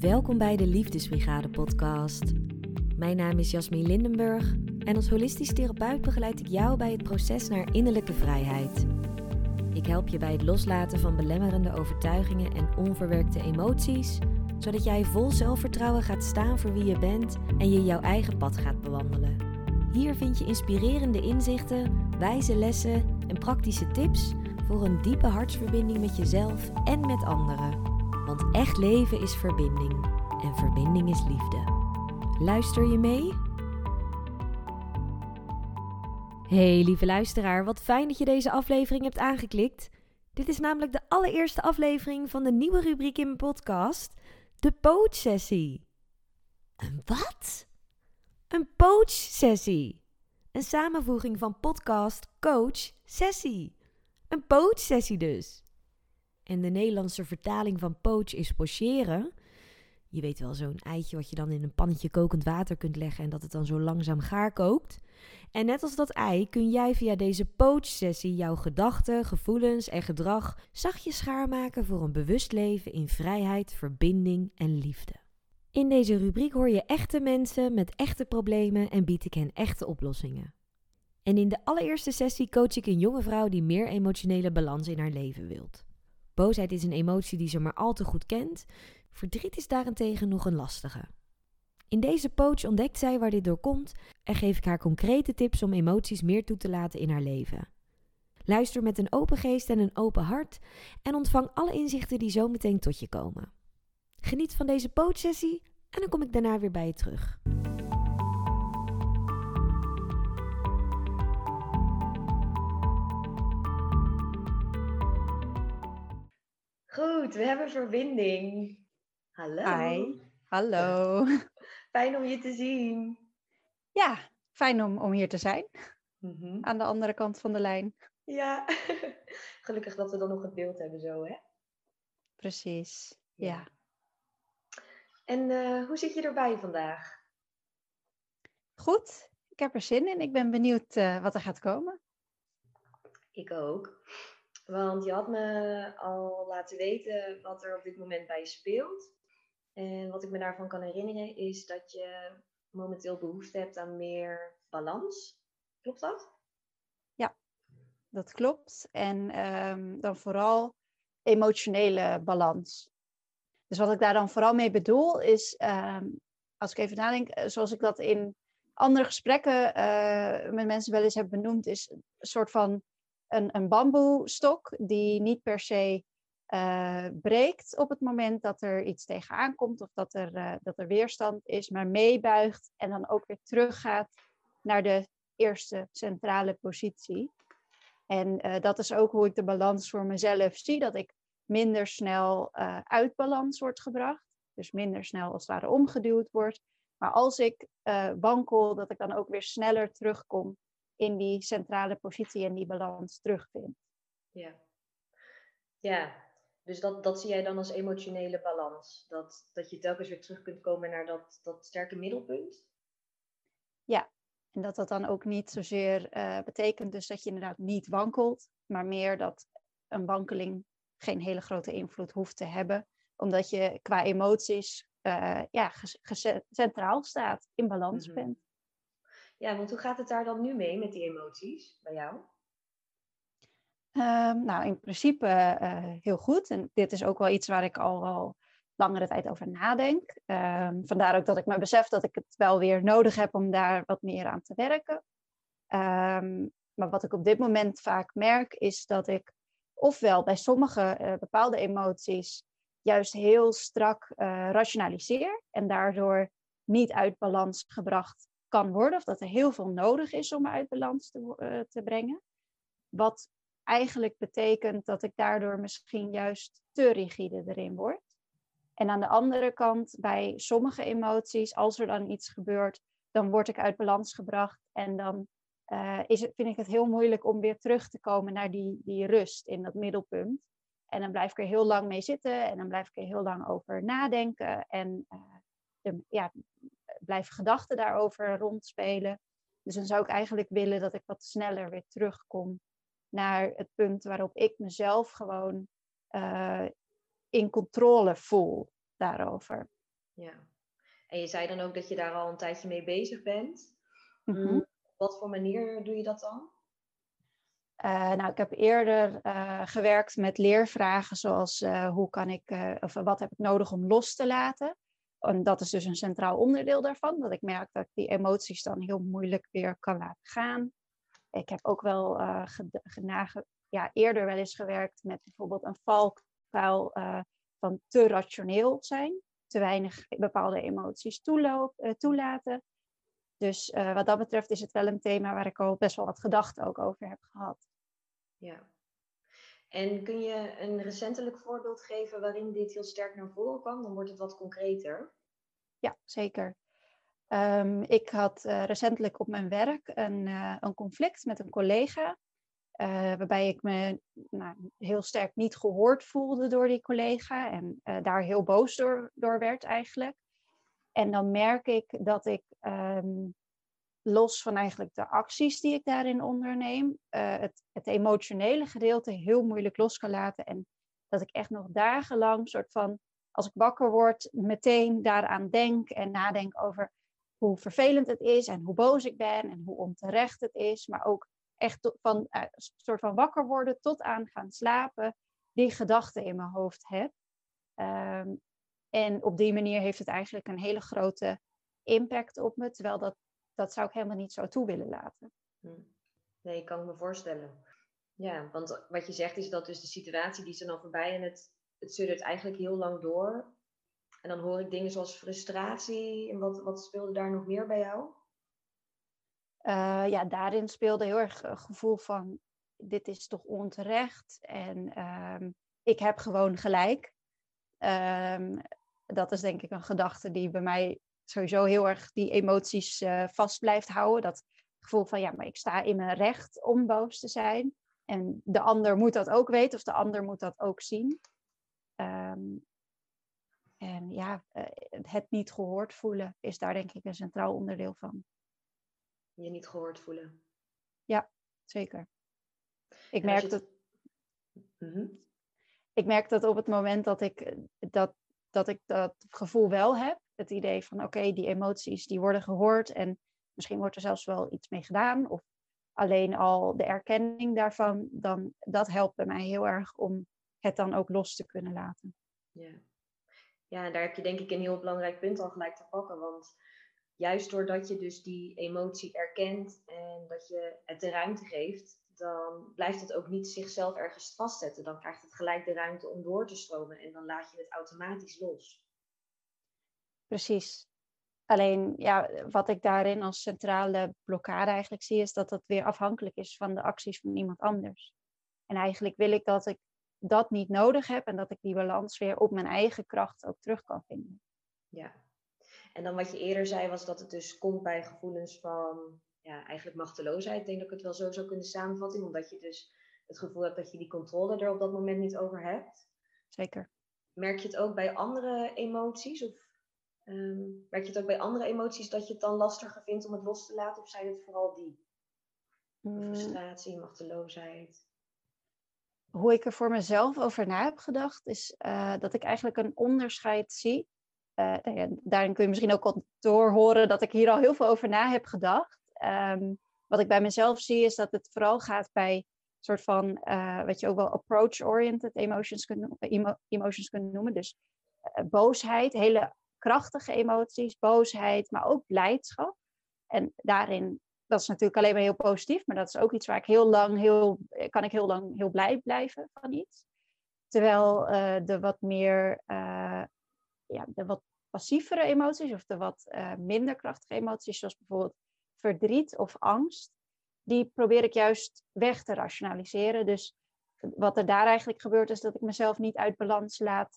Welkom bij de Liefdesbrigade podcast. Mijn naam is Jasmin Lindenburg en als holistisch therapeut begeleid ik jou bij het proces naar innerlijke vrijheid. Ik help je bij het loslaten van belemmerende overtuigingen en onverwerkte emoties, zodat jij vol zelfvertrouwen gaat staan voor wie je bent en je jouw eigen pad gaat bewandelen. Hier vind je inspirerende inzichten, wijze lessen en praktische tips voor een diepe hartsverbinding met jezelf en met anderen. Want echt leven is verbinding en verbinding is liefde. Luister je mee? Hey lieve luisteraar, wat fijn dat je deze aflevering hebt aangeklikt. Dit is namelijk de allereerste aflevering van de nieuwe rubriek in mijn podcast, de Poach-sessie. Een wat? Een Poach-sessie. Een samenvoeging van podcast, coach, sessie. Een Poach-sessie dus. En de Nederlandse vertaling van poach is pocheren. Je weet wel, zo'n eitje wat je dan in een pannetje kokend water kunt leggen en dat het dan zo langzaam gaar kookt. En net als dat ei kun jij via deze poach-sessie jouw gedachten, gevoelens en gedrag zachtjes schaarmaken voor een bewust leven in vrijheid, verbinding en liefde. In deze rubriek hoor je echte mensen met echte problemen en bied ik hen echte oplossingen. En in de allereerste sessie coach ik een jonge vrouw die meer emotionele balans in haar leven wilt. Boosheid is een emotie die ze maar al te goed kent. Verdriet is daarentegen nog een lastige. In deze coach ontdekt zij waar dit door komt en geef ik haar concrete tips om emoties meer toe te laten in haar leven. Luister met een open geest en een open hart en ontvang alle inzichten die zo meteen tot je komen. Geniet van deze coachsessie en dan kom ik daarna weer bij je terug. Goed, we hebben verbinding. Hallo. Hi, hallo. Fijn om je te zien. Ja, fijn om hier te zijn. Aan de andere kant van de lijn. Ja, gelukkig dat we dan nog het beeld hebben zo, hè? Precies, ja. En hoe zit je erbij vandaag? Goed, ik heb er zin in. Ik ben benieuwd wat er gaat komen. Ik ook. Want je had me al laten weten wat er op dit moment bij je speelt. En wat ik me daarvan kan herinneren is dat je momenteel behoefte hebt aan meer balans. Klopt dat? Ja, dat klopt. En dan vooral emotionele balans. Dus wat ik daar dan vooral mee bedoel is, als ik even nadenk, zoals ik dat in andere gesprekken met mensen wel eens heb benoemd, is een soort van een bamboestok die niet per se breekt op het moment dat er iets tegenaan komt of dat er weerstand is, maar meebuigt en dan ook weer teruggaat naar de eerste centrale positie. En dat is ook hoe ik de balans voor mezelf zie, dat ik minder snel uit balans wordt gebracht. Dus minder snel als het ware omgeduwd wordt. Maar als ik wankel, dat ik dan ook weer sneller terugkom in die centrale positie en die balans terugvind. Ja, dus dat zie jij dan als emotionele balans. Dat je telkens weer terug kunt komen naar dat sterke middelpunt? Ja, en dat dan ook niet zozeer betekent dus dat je inderdaad niet wankelt. Maar meer dat een wankeling geen hele grote invloed hoeft te hebben. Omdat je qua emoties centraal staat, in balans bent. Ja, want hoe gaat het daar dan nu mee met die emoties bij jou? Nou, in principe heel goed. En dit is ook wel iets waar ik al wel langere tijd over nadenk. Vandaar ook dat ik me besef dat ik het wel weer nodig heb om daar wat meer aan te werken. Maar wat ik op dit moment vaak merk is dat ik ofwel bij sommige bepaalde emoties juist heel strak rationaliseer en daardoor niet uit balans gebracht kan worden. Of dat er heel veel nodig is om me uit balans te brengen. Wat eigenlijk betekent dat ik daardoor misschien juist te rigide erin word. En aan de andere kant, bij sommige emoties, als er dan iets gebeurt, dan word ik uit balans gebracht. En dan vind ik het heel moeilijk om weer terug te komen naar die rust in dat middelpunt. En dan blijf ik er heel lang mee zitten en dan blijf ik er heel lang over nadenken. En blijven gedachten daarover rondspelen. Dus dan zou ik eigenlijk willen dat ik wat sneller weer terugkom naar het punt waarop ik mezelf gewoon in controle voel daarover. Ja. En je zei dan ook dat je daar al een tijdje mee bezig bent. Mhm. Op wat voor manier doe je dat dan? Nou, ik heb eerder gewerkt met leervragen zoals hoe kan ik, of wat heb ik nodig om los te laten. En dat is dus een centraal onderdeel daarvan, dat ik merk dat ik die emoties dan heel moeilijk weer kan laten gaan. Ik heb ook wel eerder wel eens gewerkt met bijvoorbeeld een valkuil van te rationeel zijn, te weinig bepaalde emoties toelaten. Dus wat dat betreft is het wel een thema waar ik al best wel wat gedachten ook over heb gehad. Ja. En kun je een recentelijk voorbeeld geven waarin dit heel sterk naar voren kwam? Dan wordt het wat concreter. Ja, zeker. Ik had recentelijk op mijn werk een conflict met een collega. Waarbij ik me heel sterk niet gehoord voelde door die collega. En daar heel boos door werd eigenlijk. En dan merk ik dat ik los van eigenlijk de acties die ik daarin onderneem, het emotionele gedeelte heel moeilijk los kan laten. En dat ik echt nog dagenlang soort van, als ik wakker word, meteen daaraan denk en nadenk over hoe vervelend het is en hoe boos ik ben en hoe onterecht het is. Maar ook echt van een soort van wakker worden tot aan gaan slapen, die gedachten in mijn hoofd heb. En op die manier heeft het eigenlijk een hele grote impact op me, terwijl dat zou ik helemaal niet zo toe willen laten. Nee, ik kan het me voorstellen. Ja, want wat je zegt is dat dus de situatie die is er dan voorbij en het suddert eigenlijk heel lang door. En dan hoor ik dingen zoals frustratie. En wat speelde daar nog meer bij jou? Daarin speelde heel erg een gevoel van, dit is toch onterecht en ik heb gewoon gelijk. Dat is denk ik een gedachte die bij mij sowieso heel erg die emoties vast blijft houden. Dat gevoel van, ja, maar ik sta in mijn recht om boos te zijn. En de ander moet dat ook weten of de ander moet dat ook zien. Het niet gehoord voelen is daar denk ik een centraal onderdeel van. Je niet gehoord voelen. Ja, zeker. Ik merk dat op het moment dat ik dat gevoel wel heb, het idee van oké, die emoties die worden gehoord en misschien wordt er zelfs wel iets mee gedaan of alleen al de erkenning daarvan, dan dat helpt bij mij heel erg om het dan ook los te kunnen laten. Ja, en daar heb je denk ik een heel belangrijk punt al gelijk te pakken, want juist doordat je dus die emotie erkent en dat je het de ruimte geeft, dan blijft het ook niet zichzelf ergens vastzetten. Dan krijgt het gelijk de ruimte om door te stromen en dan laat je het automatisch los. Precies. Alleen, ja, wat ik daarin als centrale blokkade eigenlijk zie, is dat het weer afhankelijk is van de acties van iemand anders. En eigenlijk wil ik dat ik dat niet nodig heb en dat ik die balans weer op mijn eigen kracht ook terug kan vinden. Ja. En dan wat je eerder zei was dat het dus komt bij gevoelens van eigenlijk machteloosheid. Ik denk dat ik het wel zo zou kunnen samenvatten, omdat je dus het gevoel hebt dat je die controle er op dat moment niet over hebt. Zeker. Merk je het ook bij andere emoties? Of merk je het ook bij andere emoties dat je het dan lastiger vindt om het los te laten? Of zijn het vooral die? Frustratie, machteloosheid? Hoe ik er voor mezelf over na heb gedacht, is dat ik eigenlijk een onderscheid zie. Daarin kun je misschien ook al doorhoren dat ik hier al heel veel over na heb gedacht. Wat ik bij mezelf zie is dat het vooral gaat bij een soort van, wat je ook wel approach-oriented emotions kunt noemen. Dus boosheid, hele krachtige emoties, boosheid, maar ook blijdschap. En daarin, dat is natuurlijk alleen maar heel positief, maar dat is ook iets waar ik heel lang heel blij blijven van iets. Terwijl de wat meer, de wat passievere emoties of de wat minder krachtige emoties, zoals bijvoorbeeld verdriet of angst, die probeer ik juist weg te rationaliseren. Dus wat er daar eigenlijk gebeurt is dat ik mezelf niet uit balans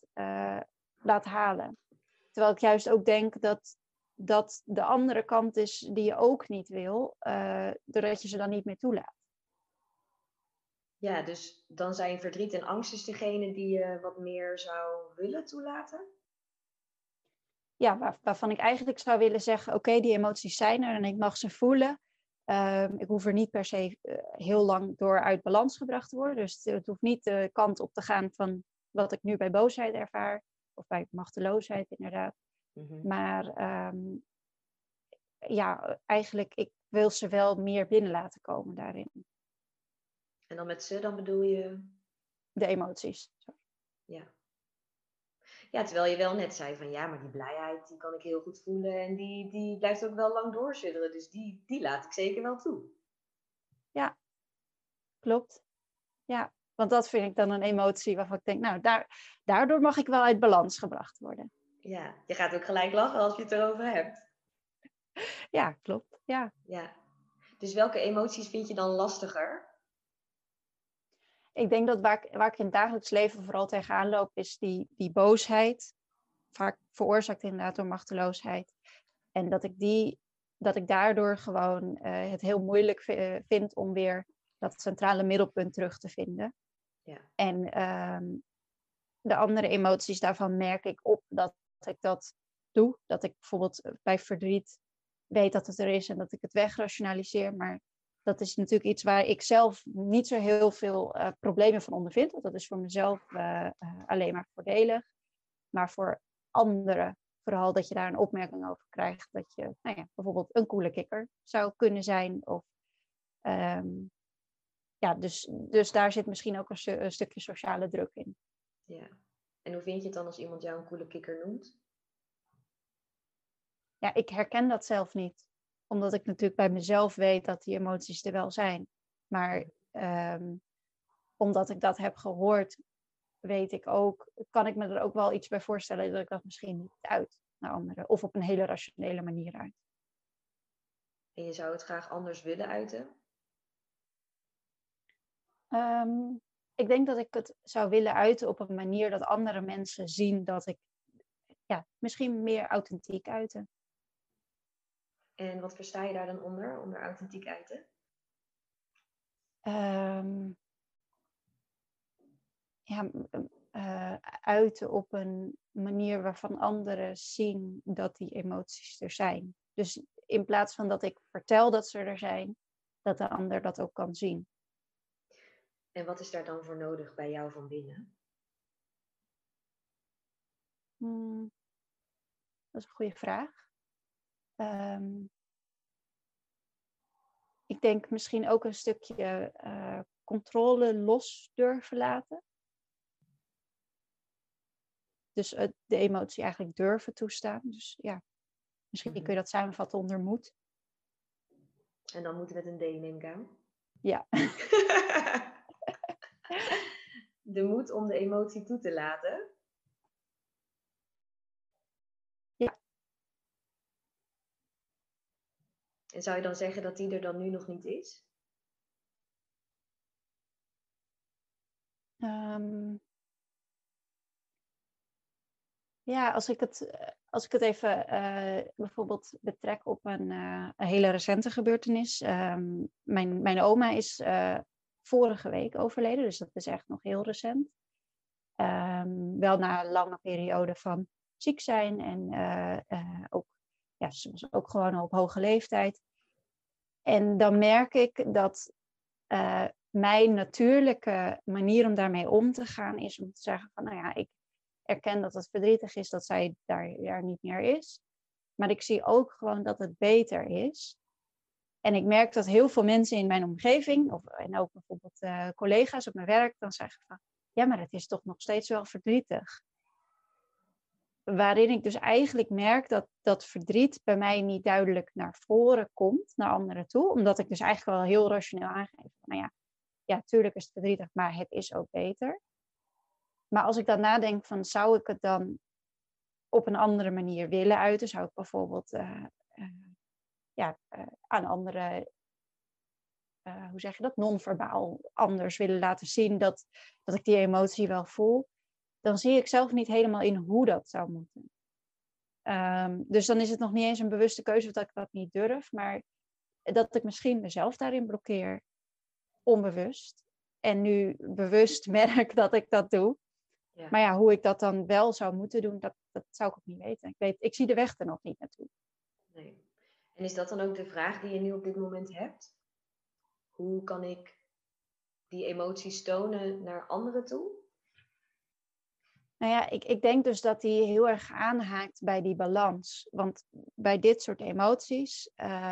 laat halen. Terwijl ik juist ook denk dat de andere kant is die je ook niet wil, doordat je ze dan niet meer toelaat. Ja, dus dan zijn verdriet en angst dus degene die je wat meer zou willen toelaten? Ja, waarvan ik eigenlijk zou willen zeggen, oké, die emoties zijn er en ik mag ze voelen. Ik hoef er niet per se heel lang door uit balans gebracht te worden. Dus het hoeft niet de kant op te gaan van wat ik nu bij boosheid ervaar. Of bij machteloosheid inderdaad. Maar eigenlijk, ik wil ze wel meer binnen laten komen daarin. En dan met ze, dan bedoel je? De emoties. Ja. Ja, terwijl je wel net zei van ja, maar die blijheid, die kan ik heel goed voelen. En die blijft ook wel lang doorsudderen. Dus die laat ik zeker wel toe. Ja, klopt. Ja, want dat vind ik dan een emotie waarvan ik denk, nou, daardoor mag ik wel uit balans gebracht worden. Ja, je gaat ook gelijk lachen als je het erover hebt. Ja, klopt. Ja. Dus welke emoties vind je dan lastiger? Ik denk dat waar ik in het dagelijks leven vooral tegenaan loop, is die boosheid. Vaak veroorzaakt inderdaad door machteloosheid. En dat ik daardoor gewoon het heel moeilijk vind om weer dat centrale middelpunt terug te vinden. Ja. En de andere emoties, daarvan merk ik op dat ik dat doe. Dat ik bijvoorbeeld bij verdriet weet dat het er is en dat ik het wegrationaliseer. Maar dat is natuurlijk iets waar ik zelf niet zo heel veel problemen van ondervind. Want dat is voor mezelf alleen maar voordelig. Maar voor anderen, vooral dat je daar een opmerking over krijgt. Dat je bijvoorbeeld een koele kikker zou kunnen zijn. Of, dus daar zit misschien ook een stukje sociale druk in. Ja. En hoe vind je het dan als iemand jou een koele kikker noemt? Ja, ik herken dat zelf niet. Omdat ik natuurlijk bij mezelf weet dat die emoties er wel zijn. Maar omdat ik dat heb gehoord, weet ik ook, kan ik me er ook wel iets bij voorstellen dat ik dat misschien niet uit naar anderen. Of op een hele rationele manier uit. En je zou het graag anders willen uiten? Ik denk dat ik het zou willen uiten op een manier dat andere mensen zien dat ik misschien meer authentiek uiten. En wat versta je daar dan onder authentiek uiten? Uiten op een manier waarvan anderen zien dat die emoties er zijn. Dus in plaats van dat ik vertel dat ze er zijn, dat de ander dat ook kan zien. En wat is daar dan voor nodig bij jou van binnen? Dat is een goede vraag. Ik denk misschien ook een stukje controle los durven laten. Dus de emotie eigenlijk durven toestaan. Dus ja, misschien kun je dat samenvatten onder moed. En dan moeten we het een D, neem ik aan. Ja. De moed om de emotie toe te laten. Ja. En zou je dan zeggen dat die er dan nu nog niet is? Ja, als ik het even bijvoorbeeld betrek op een hele recente gebeurtenis. Mijn oma is vorige week overleden, dus dat is echt nog heel recent. Wel na een lange periode van ziek zijn en ze was ook gewoon op hoge leeftijd. En dan merk ik dat mijn natuurlijke manier om daarmee om te gaan is om te zeggen van ik erken dat het verdrietig is dat zij daar niet meer is. Maar ik zie ook gewoon dat het beter is. En ik merk dat heel veel mensen in mijn omgeving, en ook bijvoorbeeld collega's op mijn werk, dan zeggen van, ja, maar het is toch nog steeds wel verdrietig. Waarin ik dus eigenlijk merk dat dat verdriet bij mij niet duidelijk naar voren komt, naar anderen toe. Omdat ik dus eigenlijk wel heel rationeel aangeef van, ja, tuurlijk is het verdrietig, maar het is ook beter. Maar als ik dan nadenk van, zou ik het dan op een andere manier willen uiten? Zou ik bijvoorbeeld aan anderen, hoe zeg je dat, non-verbaal anders willen laten zien dat ik die emotie wel voel? Dan zie ik zelf niet helemaal in hoe dat zou moeten. Dus dan is het nog niet eens een bewuste keuze dat ik dat niet durf, maar dat ik misschien mezelf daarin blokkeer, onbewust. En nu bewust merk dat ik dat doe. Ja. Maar hoe ik dat dan wel zou moeten doen, dat zou ik ook niet weten. Ik zie de weg er nog niet naartoe. Nee. En is dat dan ook de vraag die je nu op dit moment hebt? Hoe kan ik die emoties tonen naar anderen toe? Nou ja, ik denk dus dat die heel erg aanhaakt bij die balans. Want bij dit soort emoties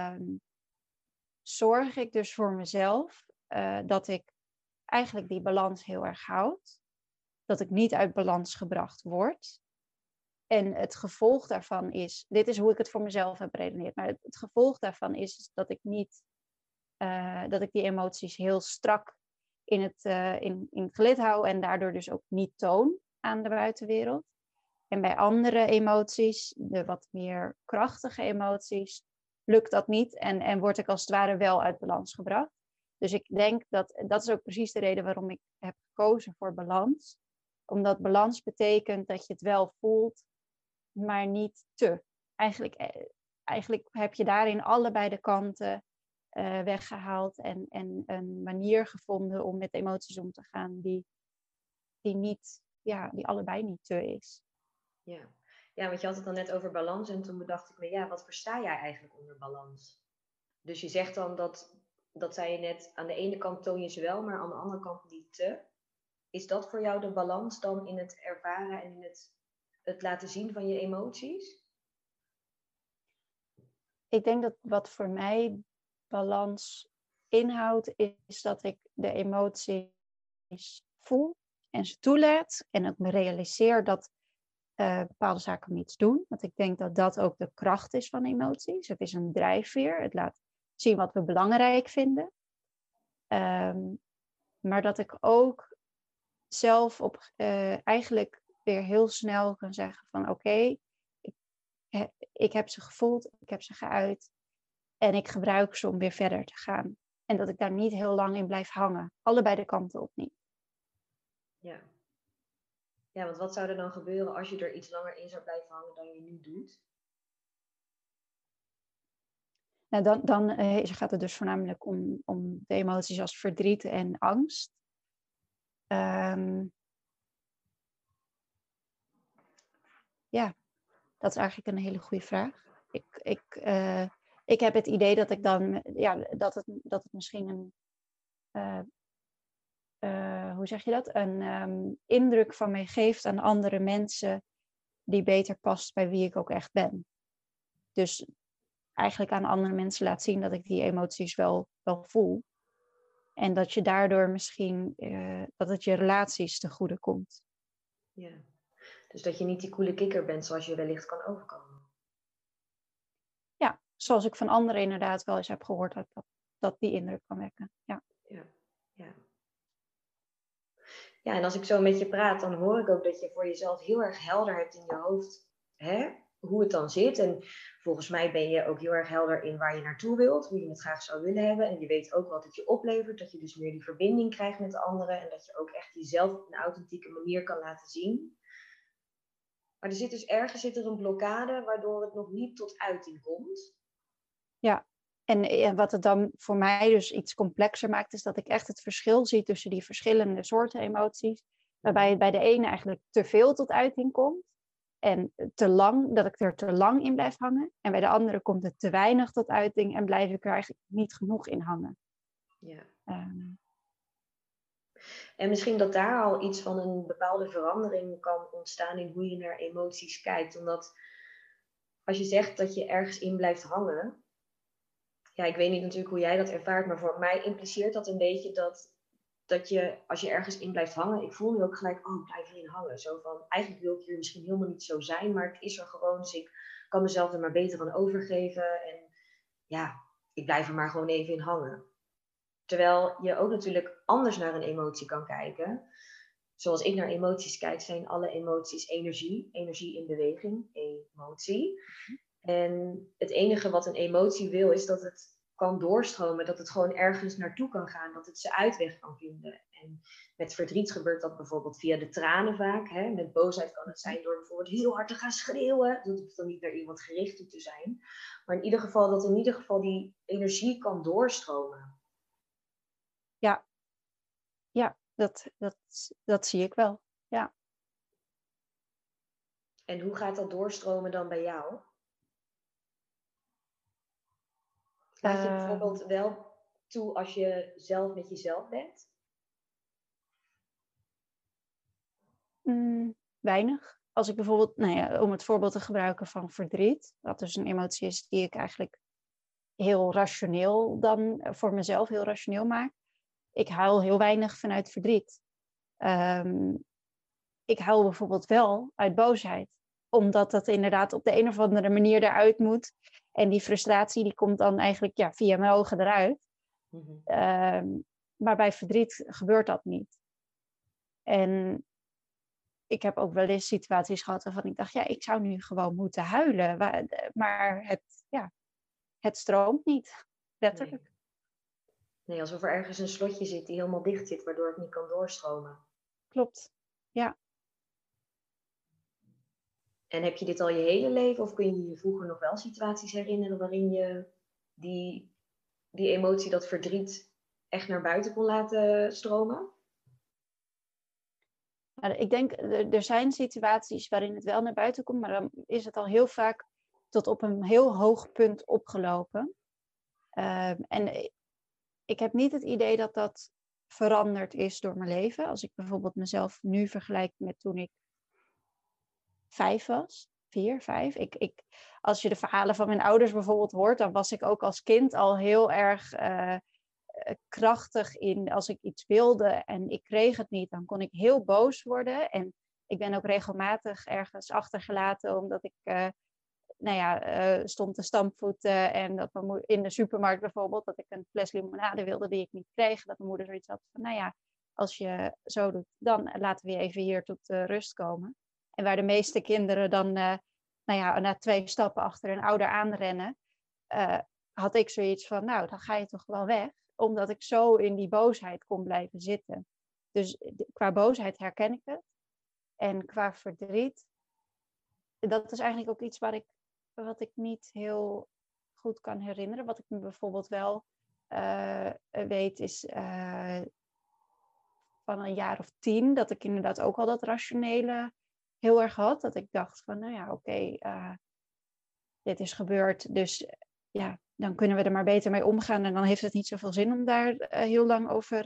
zorg ik dus voor mezelf dat ik eigenlijk die balans heel erg houd. Dat ik niet uit balans gebracht word. En het gevolg daarvan is, dit is hoe ik het voor mezelf heb beredeneerd, maar het gevolg daarvan is dat ik niet, dat ik die emoties heel strak in het gelid hou en daardoor dus ook niet toon aan de buitenwereld. En bij andere emoties, de wat meer krachtige emoties, lukt dat niet en word ik als het ware wel uit balans gebracht. Dus ik denk dat is ook precies de reden waarom ik heb gekozen voor balans. Omdat balans betekent dat je het wel voelt, maar niet te. Eigenlijk heb je daarin allebei de kanten weggehaald en een manier gevonden om met emoties om te gaan die allebei niet te is. Ja. Ja, want je had het dan net over balans en toen bedacht ik me, ja, wat versta jij eigenlijk onder balans? Dus je zegt dan dat zei je net, aan de ene kant toon je ze wel, maar aan de andere kant niet te. Is dat voor jou de balans dan in het ervaren en in het laten zien van je emoties? Ik denk dat wat voor mij balans inhoudt, is dat ik de emoties voel en ze toelaat. En ook me realiseer dat bepaalde zaken me iets doen. Want ik denk dat dat ook de kracht is van emoties. Het is een drijfveer. Het laat zien wat we belangrijk vinden. Maar dat ik ook zelf eigenlijk weer heel snel kan zeggen van oké, ik heb ze gevoeld, ik heb ze geuit en ik gebruik ze om weer verder te gaan. En dat ik daar niet heel lang in blijf hangen. Allebei de kanten op niet. Ja. Ja, want wat zou er dan gebeuren als je er iets langer in zou blijven hangen dan je nu doet? Nou, dan gaat het dus voornamelijk om de emoties als verdriet en angst. Ja, dat is eigenlijk een hele goede vraag. Ik heb het idee dat ik dan, dat het misschien hoe zeg je dat? Een indruk van mij geeft aan andere mensen die beter past bij wie ik ook echt ben. Dus eigenlijk aan andere mensen laat zien dat ik die emoties wel voel. En dat je daardoor misschien, dat het je relaties te goede komt. Ja. Dus dat je niet die coole kikker bent zoals je wellicht kan overkomen. Ja, zoals ik van anderen inderdaad wel eens heb gehoord dat die indruk kan wekken. Ja. Ja. Ja, en als ik zo met je praat, dan hoor ik ook dat je voor jezelf heel erg helder hebt in je hoofd hoe het dan zit. En volgens mij ben je ook heel erg helder in waar je naartoe wilt, hoe je het graag zou willen hebben. En je weet ook wat het je oplevert, dat je dus meer die verbinding krijgt met anderen en dat je ook echt jezelf op een authentieke manier kan laten zien. Maar er zit dus ergens een blokkade waardoor het nog niet tot uiting komt. Ja, en wat het dan voor mij dus iets complexer maakt, is dat ik echt het verschil zie tussen die verschillende soorten emoties. Waarbij het bij de ene eigenlijk te veel tot uiting komt. En te lang, dat ik er te lang in blijf hangen. En bij de andere komt het te weinig tot uiting en blijf ik er eigenlijk niet genoeg in hangen. Ja. Um, En misschien dat daar al iets van een bepaalde verandering kan ontstaan in hoe je naar emoties kijkt. Omdat als je zegt dat je ergens in blijft hangen. Ja, ik weet niet natuurlijk hoe jij dat ervaart, maar voor mij impliceert dat een beetje dat je, als je ergens in blijft hangen, ik voel nu ook gelijk, oh, ik blijf erin hangen. Zo van, eigenlijk wil ik hier misschien helemaal niet zo zijn, maar het is er gewoon, dus ik kan mezelf er maar beter aan overgeven. En ja, ik blijf er maar gewoon even in hangen. Terwijl je ook natuurlijk anders naar een emotie kan kijken. Zoals ik naar emoties kijk, zijn alle emoties energie. Energie in beweging, emotie. En het enige wat een emotie wil, is dat het kan doorstromen. Dat het gewoon ergens naartoe kan gaan. Dat het zijn uitweg kan vinden. En met verdriet gebeurt dat bijvoorbeeld via de tranen vaak. Hè? Met boosheid kan het zijn door bijvoorbeeld heel hard te gaan schreeuwen. Dat hoeft dan niet naar iemand gericht toe te zijn. Maar in ieder geval dat die energie kan doorstromen. Ja, dat zie ik wel. Ja. En hoe gaat dat doorstromen dan bij jou? Laat je bijvoorbeeld wel toe als je zelf met jezelf bent? weinig. Als ik bijvoorbeeld, om het voorbeeld te gebruiken van verdriet, wat dus een emotie is die ik eigenlijk heel rationeel dan voor mezelf heel rationeel maak. Ik huil heel weinig vanuit verdriet. Ik huil bijvoorbeeld wel uit boosheid. Omdat dat inderdaad op de een of andere manier eruit moet. En die frustratie die komt dan eigenlijk via mijn ogen eruit. Maar bij verdriet gebeurt dat niet. En ik heb ook wel eens situaties gehad waarvan ik dacht, ik zou nu gewoon moeten huilen. Maar het stroomt niet, letterlijk. Nee, alsof er ergens een slotje zit die helemaal dicht zit, waardoor het niet kan doorstromen. Klopt, ja. En heb je dit al je hele leven of kun je je vroeger nog wel situaties herinneren waarin je die emotie, dat verdriet, echt naar buiten kon laten stromen? Nou, ik denk, er zijn situaties waarin het wel naar buiten komt, maar dan is het al heel vaak tot op een heel hoog punt opgelopen. En ik heb niet het idee dat dat veranderd is door mijn leven. Als ik bijvoorbeeld mezelf nu vergelijk met toen ik 5 was. 4, 5. Als je de verhalen van mijn ouders bijvoorbeeld hoort, dan was ik ook als kind al heel erg krachtig in als ik iets wilde en ik kreeg het niet, dan kon ik heel boos worden. En ik ben ook regelmatig ergens achtergelaten omdat ik stond te stampvoeten en dat mijn moeder in de supermarkt bijvoorbeeld, dat ik een fles limonade wilde die ik niet kreeg. Dat mijn moeder zoiets had van, als je zo doet, dan laten we je even hier tot rust komen. En waar de meeste kinderen dan, na 2 stappen achter een ouder aanrennen, had ik zoiets van, dan ga je toch wel weg. Omdat ik zo in die boosheid kon blijven zitten. Dus qua boosheid herken ik het. En qua verdriet, dat is eigenlijk ook iets wat ik niet heel goed kan herinneren. Wat ik me bijvoorbeeld wel weet is van een jaar of 10, dat ik inderdaad ook al dat rationele heel erg had. Dat ik dacht van, oké, dit is gebeurd, dus dan kunnen we er maar beter mee omgaan. En dan heeft het niet zoveel zin om daar heel lang over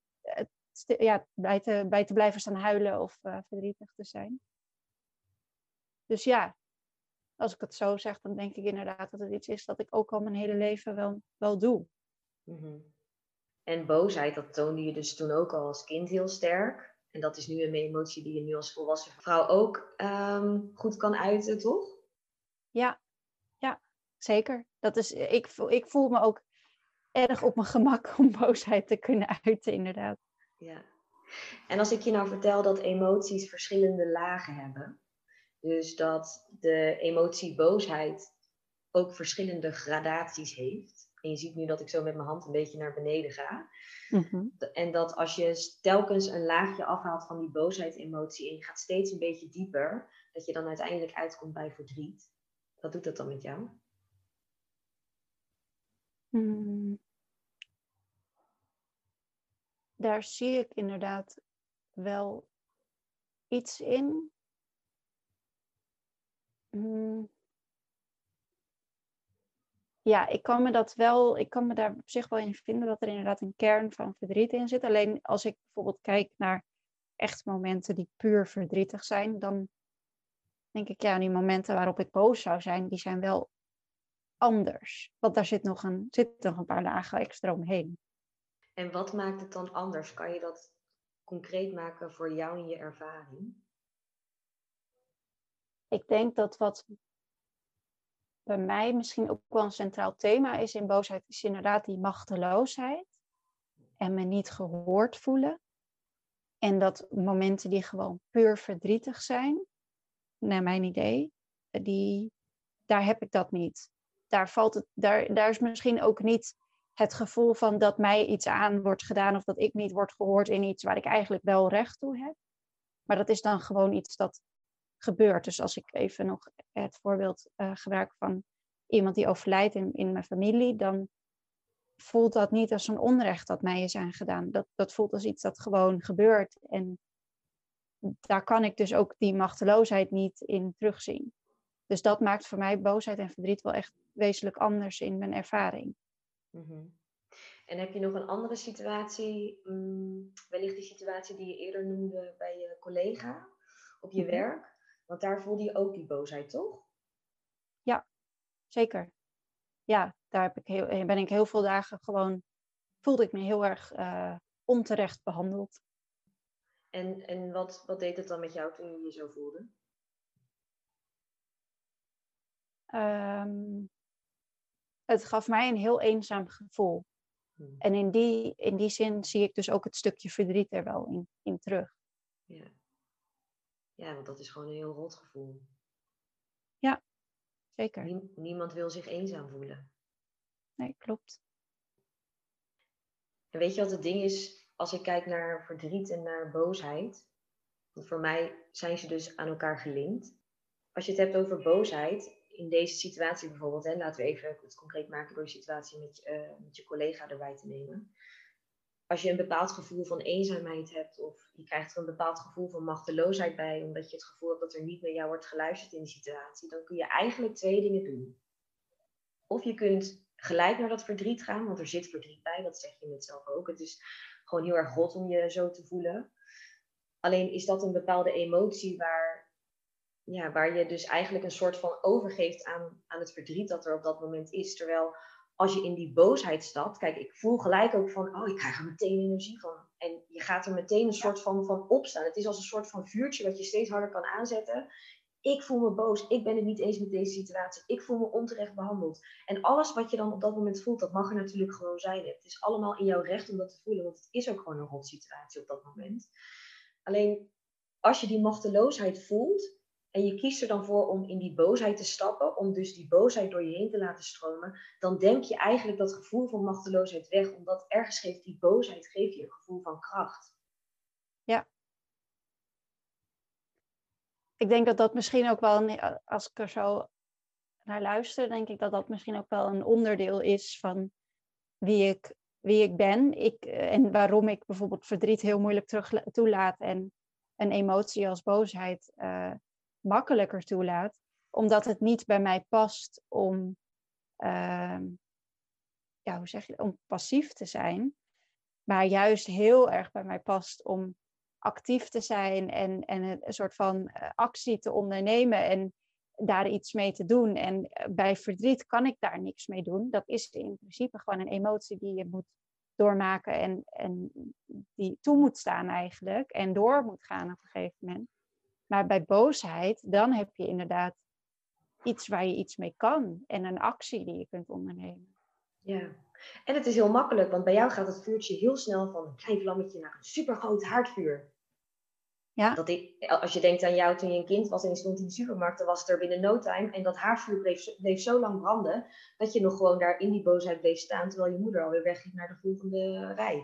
bij te blijven staan huilen of verdrietig te zijn. Dus als ik het zo zeg, dan denk ik inderdaad dat het iets is dat ik ook al mijn hele leven wel doe. Mm-hmm. En boosheid, dat toonde je dus toen ook al als kind heel sterk. En dat is nu een emotie die je nu als volwassen vrouw ook goed kan uiten, toch? Ja, zeker. Dat is, ik voel me ook erg op mijn gemak om boosheid te kunnen uiten, inderdaad. Ja. En als ik je nou vertel dat emoties verschillende lagen hebben, dus dat de emotie boosheid ook verschillende gradaties heeft. En je ziet nu dat ik zo met mijn hand een beetje naar beneden ga. Mm-hmm. En dat als je telkens een laagje afhaalt van die boosheidsemotie en je gaat steeds een beetje dieper, dat je dan uiteindelijk uitkomt bij verdriet. Wat doet dat dan met jou? Daar zie ik inderdaad wel iets in. Ja, ik kan me daar op zich wel in vinden dat er inderdaad een kern van verdriet in zit. Alleen als ik bijvoorbeeld kijk naar echt momenten die puur verdrietig zijn, dan denk ik, die momenten waarop ik boos zou zijn, die zijn wel anders. Want daar zit nog een paar lagen extra omheen. En wat maakt het dan anders? Kan je dat concreet maken voor jou in je ervaring? Ik denk dat wat bij mij misschien ook wel een centraal thema is in boosheid, is inderdaad die machteloosheid. En me niet gehoord voelen. En dat momenten die gewoon puur verdrietig zijn, naar mijn idee, daar heb ik dat niet. Daar is misschien ook niet het gevoel van dat mij iets aan wordt gedaan of dat ik niet word gehoord in iets waar ik eigenlijk wel recht toe heb. Maar dat is dan gewoon iets dat gebeurt. Dus als ik even nog het voorbeeld gebruik van iemand die overlijdt in mijn familie, dan voelt dat niet als een onrecht dat mij is aangedaan. Dat voelt als iets dat gewoon gebeurt. En daar kan ik dus ook die machteloosheid niet in terugzien. Dus dat maakt voor mij boosheid en verdriet wel echt wezenlijk anders in mijn ervaring. Mm-hmm. En heb je nog een andere situatie, wellicht die situatie die je eerder noemde bij je collega? op je werk? Want daar voelde je ook die boosheid, toch? Ja, zeker. Ja, daar ben ik heel veel dagen gewoon, voelde ik me heel erg onterecht behandeld. En wat deed het dan met jou toen je je zo voelde? Het gaf mij een heel eenzaam gevoel. En in die zin zie ik dus ook het stukje verdriet er wel in terug. Ja. Ja, want dat is gewoon een heel rot gevoel. Ja, zeker. Niemand wil zich eenzaam voelen. Nee, klopt. En weet je wat het ding is, als ik kijk naar verdriet en naar boosheid? Want voor mij zijn ze dus aan elkaar gelinkt. Als je het hebt over boosheid, in deze situatie bijvoorbeeld, hè, laten we even het concreet maken door de situatie met je collega erbij te nemen. Als je een bepaald gevoel van eenzaamheid hebt, of je krijgt er een bepaald gevoel van machteloosheid bij, omdat je het gevoel hebt dat er niet naar jou wordt geluisterd in die situatie, dan kun je eigenlijk 2 dingen doen. Of je kunt gelijk naar dat verdriet gaan, want er zit verdriet bij, dat zeg je net zelf ook. Het is gewoon heel erg rot om je zo te voelen. Alleen is dat een bepaalde emotie waar je dus eigenlijk een soort van overgeeft aan het verdriet dat er op dat moment is. Terwijl als je in die boosheid stapt, kijk, ik voel gelijk ook van, ik krijg er meteen energie van. En je gaat er meteen een soort van opstaan. Het is als een soort van vuurtje wat je steeds harder kan aanzetten. Ik voel me boos, ik ben het niet eens met deze situatie, ik voel me onterecht behandeld. En alles wat je dan op dat moment voelt, dat mag er natuurlijk gewoon zijn. Het is allemaal in jouw recht om dat te voelen, want het is ook gewoon een rot situatie op dat moment. Alleen, als je die machteloosheid voelt, en je kiest er dan voor om in die boosheid te stappen, om dus die boosheid door je heen te laten stromen, dan denk je eigenlijk dat gevoel van machteloosheid weg, omdat ergens geeft die boosheid je een gevoel van kracht. Ja. Ik denk dat dat misschien ook wel, als ik er zo naar luister, denk ik dat dat misschien ook wel een onderdeel is van wie ik ben. En waarom ik bijvoorbeeld verdriet heel moeilijk toelaat en een emotie als boosheid makkelijker toelaat. Omdat het niet bij mij past om, om passief te zijn. Maar juist heel erg bij mij past om actief te zijn en een soort van actie te ondernemen en daar iets mee te doen. En bij verdriet kan ik daar niks mee doen. Dat is in principe gewoon een emotie die je moet doormaken en die toe moet staan eigenlijk en door moet gaan op een gegeven moment. Maar bij boosheid, dan heb je inderdaad iets waar je iets mee kan en een actie die je kunt ondernemen. Ja, en het is heel makkelijk, want bij jou gaat het vuurtje heel snel van een klein vlammetje naar een supergroot haardvuur. Ja. Als je denkt aan jou toen je een kind was en je stond in de supermarkt, dan was het er binnen no time. En dat haardvuur bleef zo lang branden, dat je nog gewoon daar in die boosheid bleef staan, terwijl je moeder alweer wegging naar de volgende rij.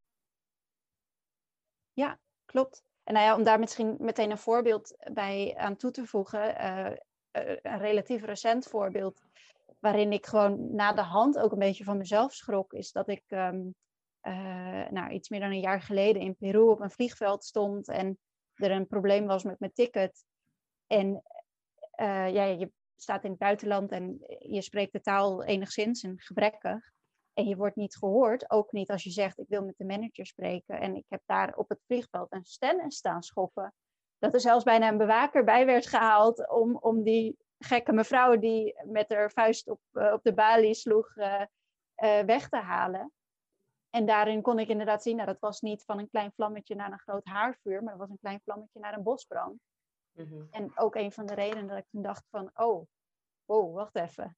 Ja, klopt. En om daar misschien meteen een voorbeeld bij aan toe te voegen, een relatief recent voorbeeld, waarin ik gewoon na de hand ook een beetje van mezelf schrok, is dat ik iets meer dan een jaar geleden in Peru op een vliegveld stond en er een probleem was met mijn ticket. En je staat in het buitenland en je spreekt de taal enigszins en gebrekkig. En je wordt niet gehoord, ook niet als je zegt ik wil met de manager spreken. En ik heb daar op het vliegveld een stennis staan schoppen. Dat er zelfs bijna een bewaker bij werd gehaald om die gekke mevrouw die met haar vuist op de balie sloeg weg te halen. En daarin kon ik inderdaad zien, dat was niet van een klein vlammetje naar een groot haardvuur, maar dat was een klein vlammetje naar een bosbrand. Mm-hmm. En ook een van de redenen dat ik toen dacht van, wacht even.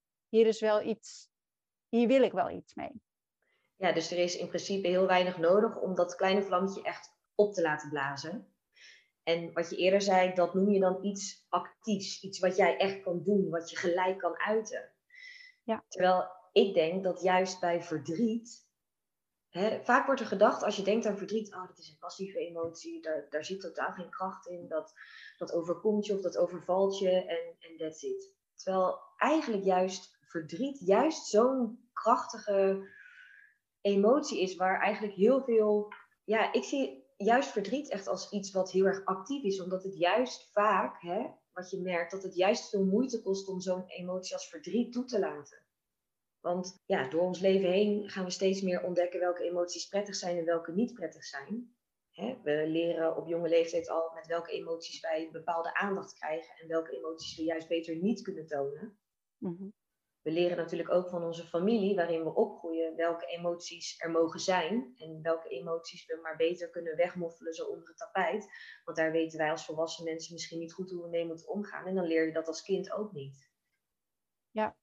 Hier wil ik wel iets mee. Ja, dus er is in principe heel weinig nodig om dat kleine vlammetje echt op te laten blazen. En wat je eerder zei, dat noem je dan iets actiefs. Iets wat jij echt kan doen, wat je gelijk kan uiten. Ja. Terwijl ik denk dat juist bij verdriet, vaak wordt er gedacht, als je denkt aan verdriet, dat is een passieve emotie, daar zit totaal geen kracht in, dat overkomt je of dat overvalt je en that's it. Terwijl eigenlijk juist verdriet juist zo'n krachtige emotie is, waar eigenlijk heel veel, ik zie juist verdriet echt als iets wat heel erg actief is, omdat het juist vaak, wat je merkt, dat het juist veel moeite kost om zo'n emotie als verdriet toe te laten. Want door ons leven heen gaan we steeds meer ontdekken welke emoties prettig zijn en welke niet prettig zijn. We leren op jonge leeftijd al met welke emoties wij bepaalde aandacht krijgen en welke emoties we juist beter niet kunnen tonen. Mm-hmm. We leren natuurlijk ook van onze familie, waarin we opgroeien, welke emoties er mogen zijn en welke emoties we maar beter kunnen wegmoffelen zo onder het tapijt. Want daar weten wij als volwassen mensen misschien niet goed hoe we mee moeten omgaan en dan leer je dat als kind ook niet. Ja.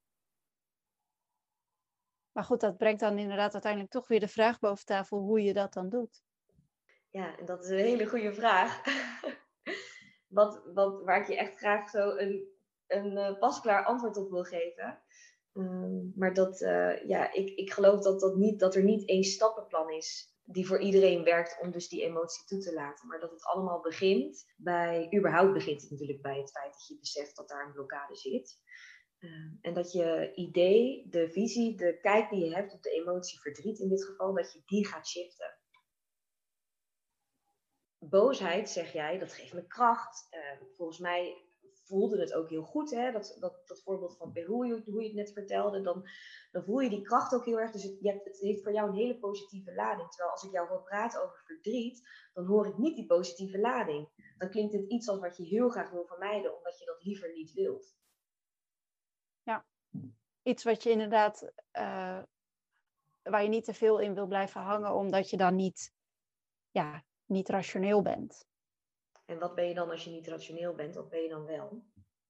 Maar goed, dat brengt dan inderdaad uiteindelijk toch weer de vraag boven tafel hoe je dat dan doet. Ja, en dat is een hele goede vraag. Waar ik je echt graag zo een pasklaar antwoord op wil geven. Maar ik geloof dat er niet één stappenplan is die voor iedereen werkt om dus die emotie toe te laten. Maar dat het allemaal überhaupt begint het natuurlijk bij het feit dat je beseft dat daar een blokkade zit. En dat je idee, de visie, de kijk die je hebt op de emotie verdriet in dit geval, dat je die gaat shiften. Boosheid, zeg jij, dat geeft me kracht. Volgens mij voelde het ook heel goed, hè? Dat voorbeeld van Peru, hoe je het net vertelde, dan voel je die kracht ook heel erg. Dus het heeft voor jou een hele positieve lading. Terwijl als ik jou hoor praten over verdriet, dan hoor ik niet die positieve lading. Dan klinkt het iets als wat je heel graag wil vermijden, omdat je dat liever niet wilt. Ja, iets wat je inderdaad, waar je niet te veel in wil blijven hangen, omdat je dan niet rationeel bent. En wat ben je dan als je niet rationeel bent? Wat ben je dan wel?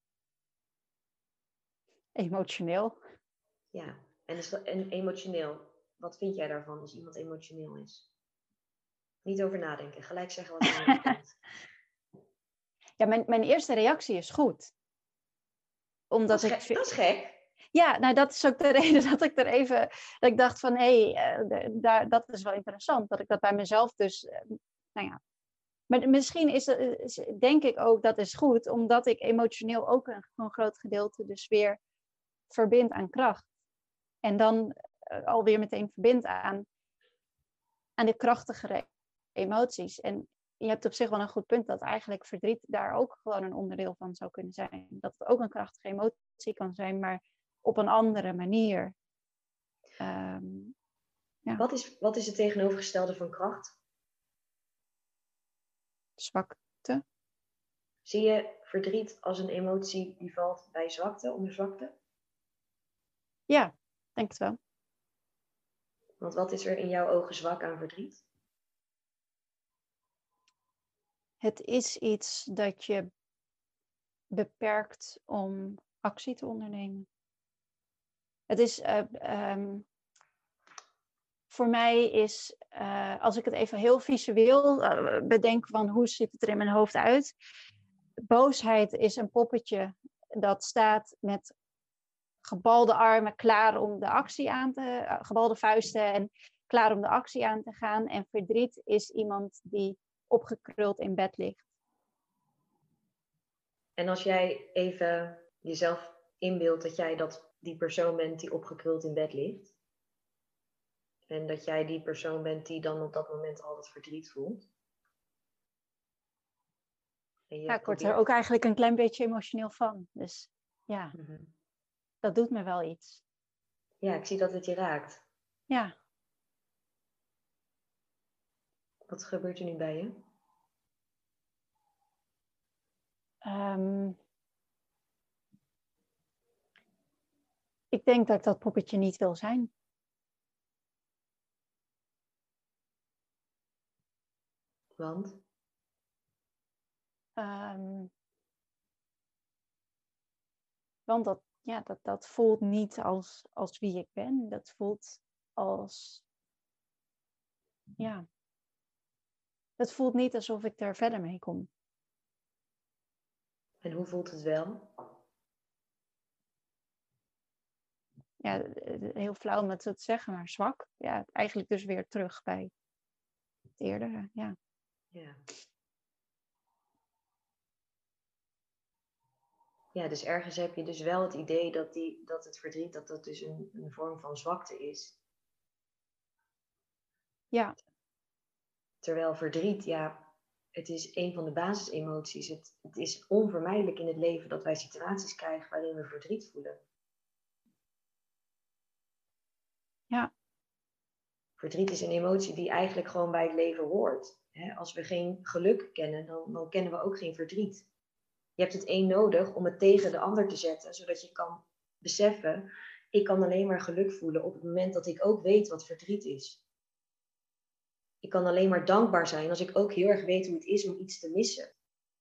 Emotioneel. Ja, en emotioneel. Wat vind jij daarvan als iemand emotioneel is? Niet over nadenken, gelijk zeggen wat je aan denkt. Ja, mijn eerste reactie is goed. Omdat dat is gek. Ja, nou dat is ook de reden dat ik dacht van dat is wel interessant. Dat ik dat bij mezelf dus, Maar misschien denk ik ook dat is goed, omdat ik emotioneel ook een groot gedeelte dus weer verbind aan kracht. En dan alweer meteen verbind aan de krachtigere emoties. En je hebt op zich wel een goed punt dat eigenlijk verdriet daar ook gewoon een onderdeel van zou kunnen zijn. Dat het ook een krachtige emotie kan zijn, maar op een andere manier. Ja. Wat is het tegenovergestelde van kracht? Zwakte. Zie je verdriet als een emotie die valt bij zwakte, onder zwakte? Ja, denk het wel. Want wat is er in jouw ogen zwak aan verdriet? Het is iets dat je beperkt om actie te ondernemen. Het is, voor mij is, als ik het even heel visueel bedenk van hoe ziet het er in mijn hoofd uit. Boosheid is een poppetje dat staat met gebalde armen klaar om de actie gebalde vuisten en klaar om de actie aan te gaan. En verdriet is iemand die opgekruld in bed ligt. En als jij even jezelf inbeeldt dat jij die persoon bent die opgekruld in bed ligt. En dat jij die persoon bent die dan op dat moment al dat verdriet voelt. Ik word er ook eigenlijk een klein beetje emotioneel van. Dus ja, Dat doet me wel iets. Ja, ik zie dat het je raakt. Ja. Wat gebeurt er nu bij je? Ik denk dat ik dat poppetje niet wil zijn. Want? Want dat voelt niet als wie ik ben. Dat voelt als... Ja. Het voelt niet alsof ik er verder mee kom. En hoe voelt het wel? Ja, heel flauw om het zo te zeggen, maar zwak. Ja, eigenlijk dus weer terug bij het eerdere, ja. Ja. Ja, dus ergens heb je dus wel het idee dat het verdriet, dat dus een vorm van zwakte is. Ja. Terwijl verdriet, ja, het is een van de basisemoties. Het is onvermijdelijk in het leven dat wij situaties krijgen waarin we verdriet voelen. Ja. Verdriet is een emotie die eigenlijk gewoon bij het leven hoort. Als we geen geluk kennen, dan kennen we ook geen verdriet. Je hebt het een nodig om het tegen de ander te zetten, zodat je kan beseffen, ik kan alleen maar geluk voelen op het moment dat ik ook weet wat verdriet is. Ik kan alleen maar dankbaar zijn als ik ook heel erg weet hoe het is om iets te missen.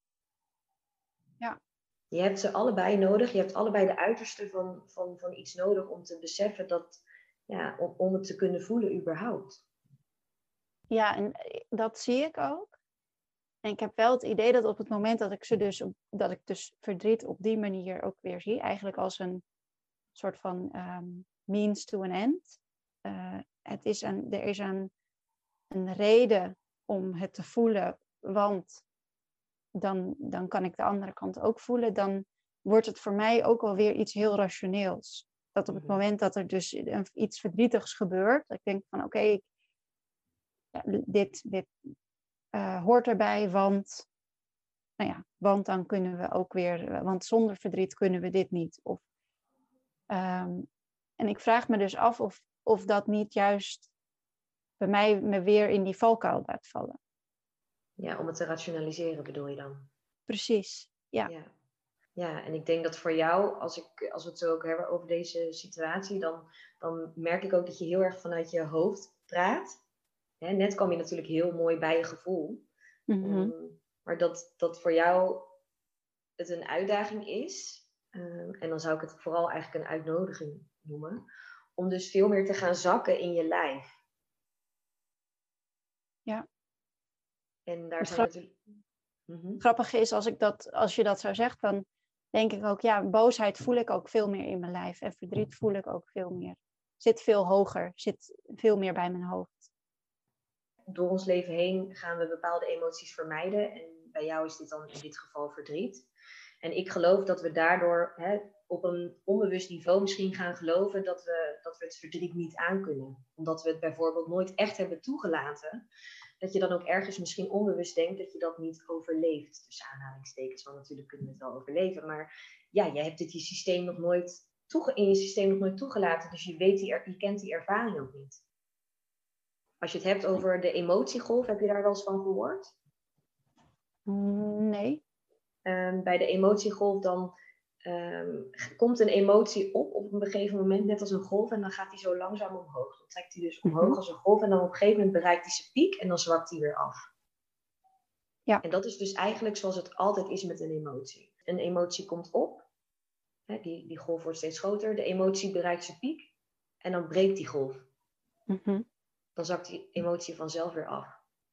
Ja. Je hebt ze allebei nodig. Je hebt allebei de uiterste van iets nodig om te beseffen dat, om het te kunnen voelen überhaupt. Ja, en dat zie ik ook. En ik heb wel het idee dat op het moment dat ik dus verdriet op die manier ook weer zie, eigenlijk als een soort van means to an end. Er is een reden om het te voelen, want dan kan ik de andere kant ook voelen. Dan wordt het voor mij ook alweer iets heel rationeels. Dat op het moment dat er dus iets verdrietigs gebeurt, dat ik denk van oké, dit hoort erbij, want dan kunnen we ook weer, want zonder verdriet kunnen we dit niet. En ik vraag me dus af of dat niet juist bij mij me weer in die valkuil laat vallen. Ja, om het te rationaliseren bedoel je dan? Precies, ja. Ja, en ik denk dat voor jou, als we het zo ook hebben over deze situatie, dan merk ik ook dat je heel erg vanuit je hoofd praat. Net kwam je natuurlijk heel mooi bij je gevoel. Mm-hmm. Maar dat voor jou het een uitdaging is. En dan zou ik het vooral eigenlijk een uitnodiging noemen. Om dus veel meer te gaan zakken in je lijf. Ja. En daar zijn natuurlijk... Grappig is, als je dat zo zegt, dan denk ik ook, ja, boosheid voel ik ook veel meer in mijn lijf. En verdriet voel ik ook veel meer. Zit veel hoger, zit veel meer bij mijn hoofd. Door ons leven heen gaan we bepaalde emoties vermijden. En bij jou is dit dan in dit geval verdriet. En ik geloof dat we daardoor op een onbewust niveau misschien gaan geloven dat we het verdriet niet aankunnen. Omdat we het bijvoorbeeld nooit echt hebben toegelaten. Dat je dan ook ergens misschien onbewust denkt dat je dat niet overleeft. Tussen aanhalingstekens, want natuurlijk kunnen we het wel overleven. Maar ja, je hebt dit in je systeem nog nooit toegelaten. Dus je kent die ervaring ook niet. Als je het hebt over de emotiegolf, heb je daar wel eens van gehoord? Nee. Bij de emotiegolf dan komt een emotie op een gegeven moment, net als een golf, en dan gaat die zo langzaam omhoog. Dan trekt die dus omhoog als een golf en dan op een gegeven moment bereikt die zijn piek en dan zwakt die weer af. Ja. En dat is dus eigenlijk zoals het altijd is met een emotie. Een emotie komt op, die golf wordt steeds groter, de emotie bereikt zijn piek en dan breekt die golf. Mm-hmm. Dan zakt die emotie vanzelf weer af.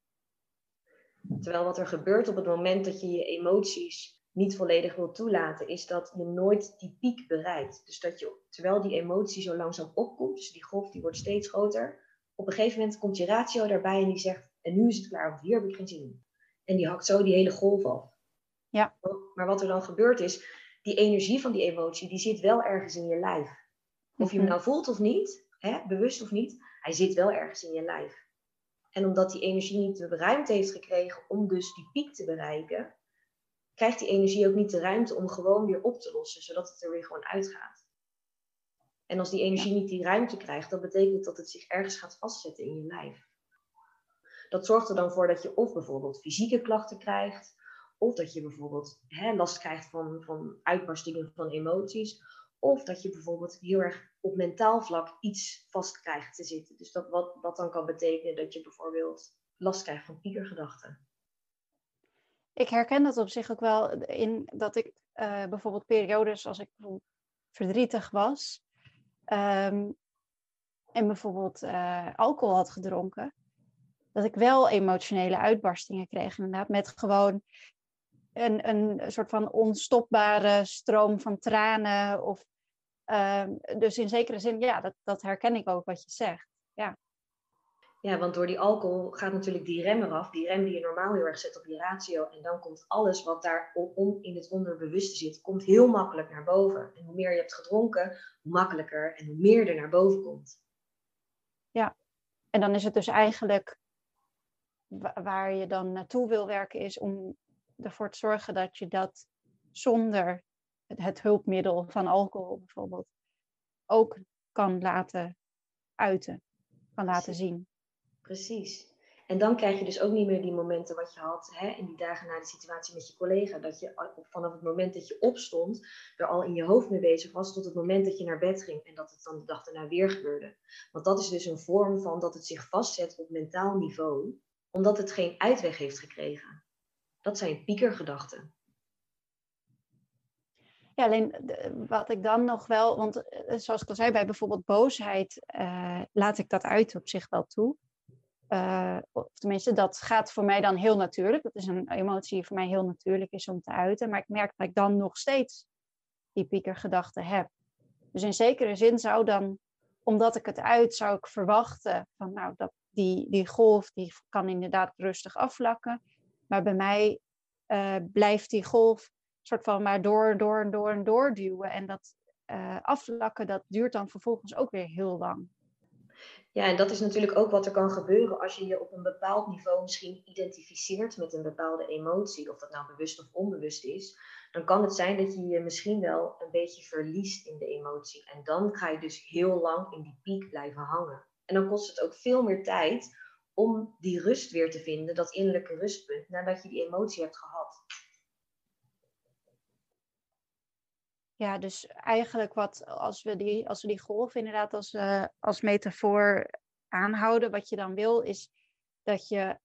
Terwijl wat er gebeurt op het moment dat je je emoties niet volledig wilt toelaten, is dat je nooit die piek bereikt. Dus dat je, terwijl die emotie zo langzaam opkomt, dus die golf die wordt steeds groter, op een gegeven moment komt je ratio daarbij en die zegt, en nu is het klaar, want hier heb ik geen zin in. En die hakt zo die hele golf af. Ja. Maar wat er dan gebeurt is, die energie van die emotie, die zit wel ergens in je lijf. Of je hem nou voelt of niet, bewust of niet, hij zit wel ergens in je lijf. En omdat die energie niet de ruimte heeft gekregen om dus die piek te bereiken, krijgt die energie ook niet de ruimte om gewoon weer op te lossen, zodat het er weer gewoon uitgaat. En als die energie niet die ruimte krijgt, dan betekent dat het zich ergens gaat vastzetten in je lijf. Dat zorgt er dan voor dat je of bijvoorbeeld fysieke klachten krijgt, of dat je bijvoorbeeld last krijgt van uitbarstingen van emoties, of dat je bijvoorbeeld heel erg op mentaal vlak iets vast krijgt te zitten. Dus wat dan kan betekenen dat je bijvoorbeeld last krijgt van piekergedachten. Ik herken dat op zich ook wel in dat ik bijvoorbeeld periodes als ik bijvoorbeeld verdrietig was en bijvoorbeeld alcohol had gedronken, dat ik wel emotionele uitbarstingen kreeg inderdaad, met gewoon een soort van onstopbare stroom van tranen. Dus in zekere zin, ja, dat herken ik ook wat je zegt. Ja. Ja, want door die alcohol gaat natuurlijk die rem eraf. Die rem die je normaal heel erg zet op je ratio. En dan komt alles wat daar in het onderbewuste zit, komt heel makkelijk naar boven. En hoe meer je hebt gedronken, hoe makkelijker en hoe meer er naar boven komt. Ja, en dan is het dus eigenlijk waar je dan naartoe wil werken, is om ervoor te zorgen dat je dat zonder het hulpmiddel van alcohol bijvoorbeeld ook kan laten uiten, kan laten zien. Precies. En dan krijg je dus ook niet meer die momenten wat je had, hè, in die dagen na de situatie met je collega. Dat je vanaf het moment dat je opstond, er al in je hoofd mee bezig was, tot het moment dat je naar bed ging. En dat het dan de dag daarna weer gebeurde. Want dat is dus een vorm van dat het zich vastzet op mentaal niveau, omdat het geen uitweg heeft gekregen. Dat zijn piekergedachten. Ja, alleen wat ik dan nog wel, want zoals ik al zei, bij bijvoorbeeld boosheid laat ik dat uit op zich wel toe. Of tenminste, dat gaat voor mij dan heel natuurlijk. Dat is een emotie die voor mij heel natuurlijk is om te uiten. Maar ik merk dat ik dan nog steeds die piekergedachten heb. Dus in zekere zin zou dan, omdat ik het uit, zou ik verwachten van nou, dat die golf die kan inderdaad rustig afvlakken. Maar bij mij blijft die golf soort van maar doorduwen. En dat afvlakken, dat duurt dan vervolgens ook weer heel lang. Ja, en dat is natuurlijk ook wat er kan gebeuren als je je op een bepaald niveau misschien identificeert met een bepaalde emotie, of dat nou bewust of onbewust is. Dan kan het zijn dat je je misschien wel een beetje verliest in de emotie. En dan ga je dus heel lang in die piek blijven hangen. En dan kost het ook veel meer tijd om die rust weer te vinden, dat innerlijke rustpunt, nadat je die emotie hebt gehad. Ja, dus eigenlijk als we die golf inderdaad als metafoor aanhouden, wat je dan wil, is dat je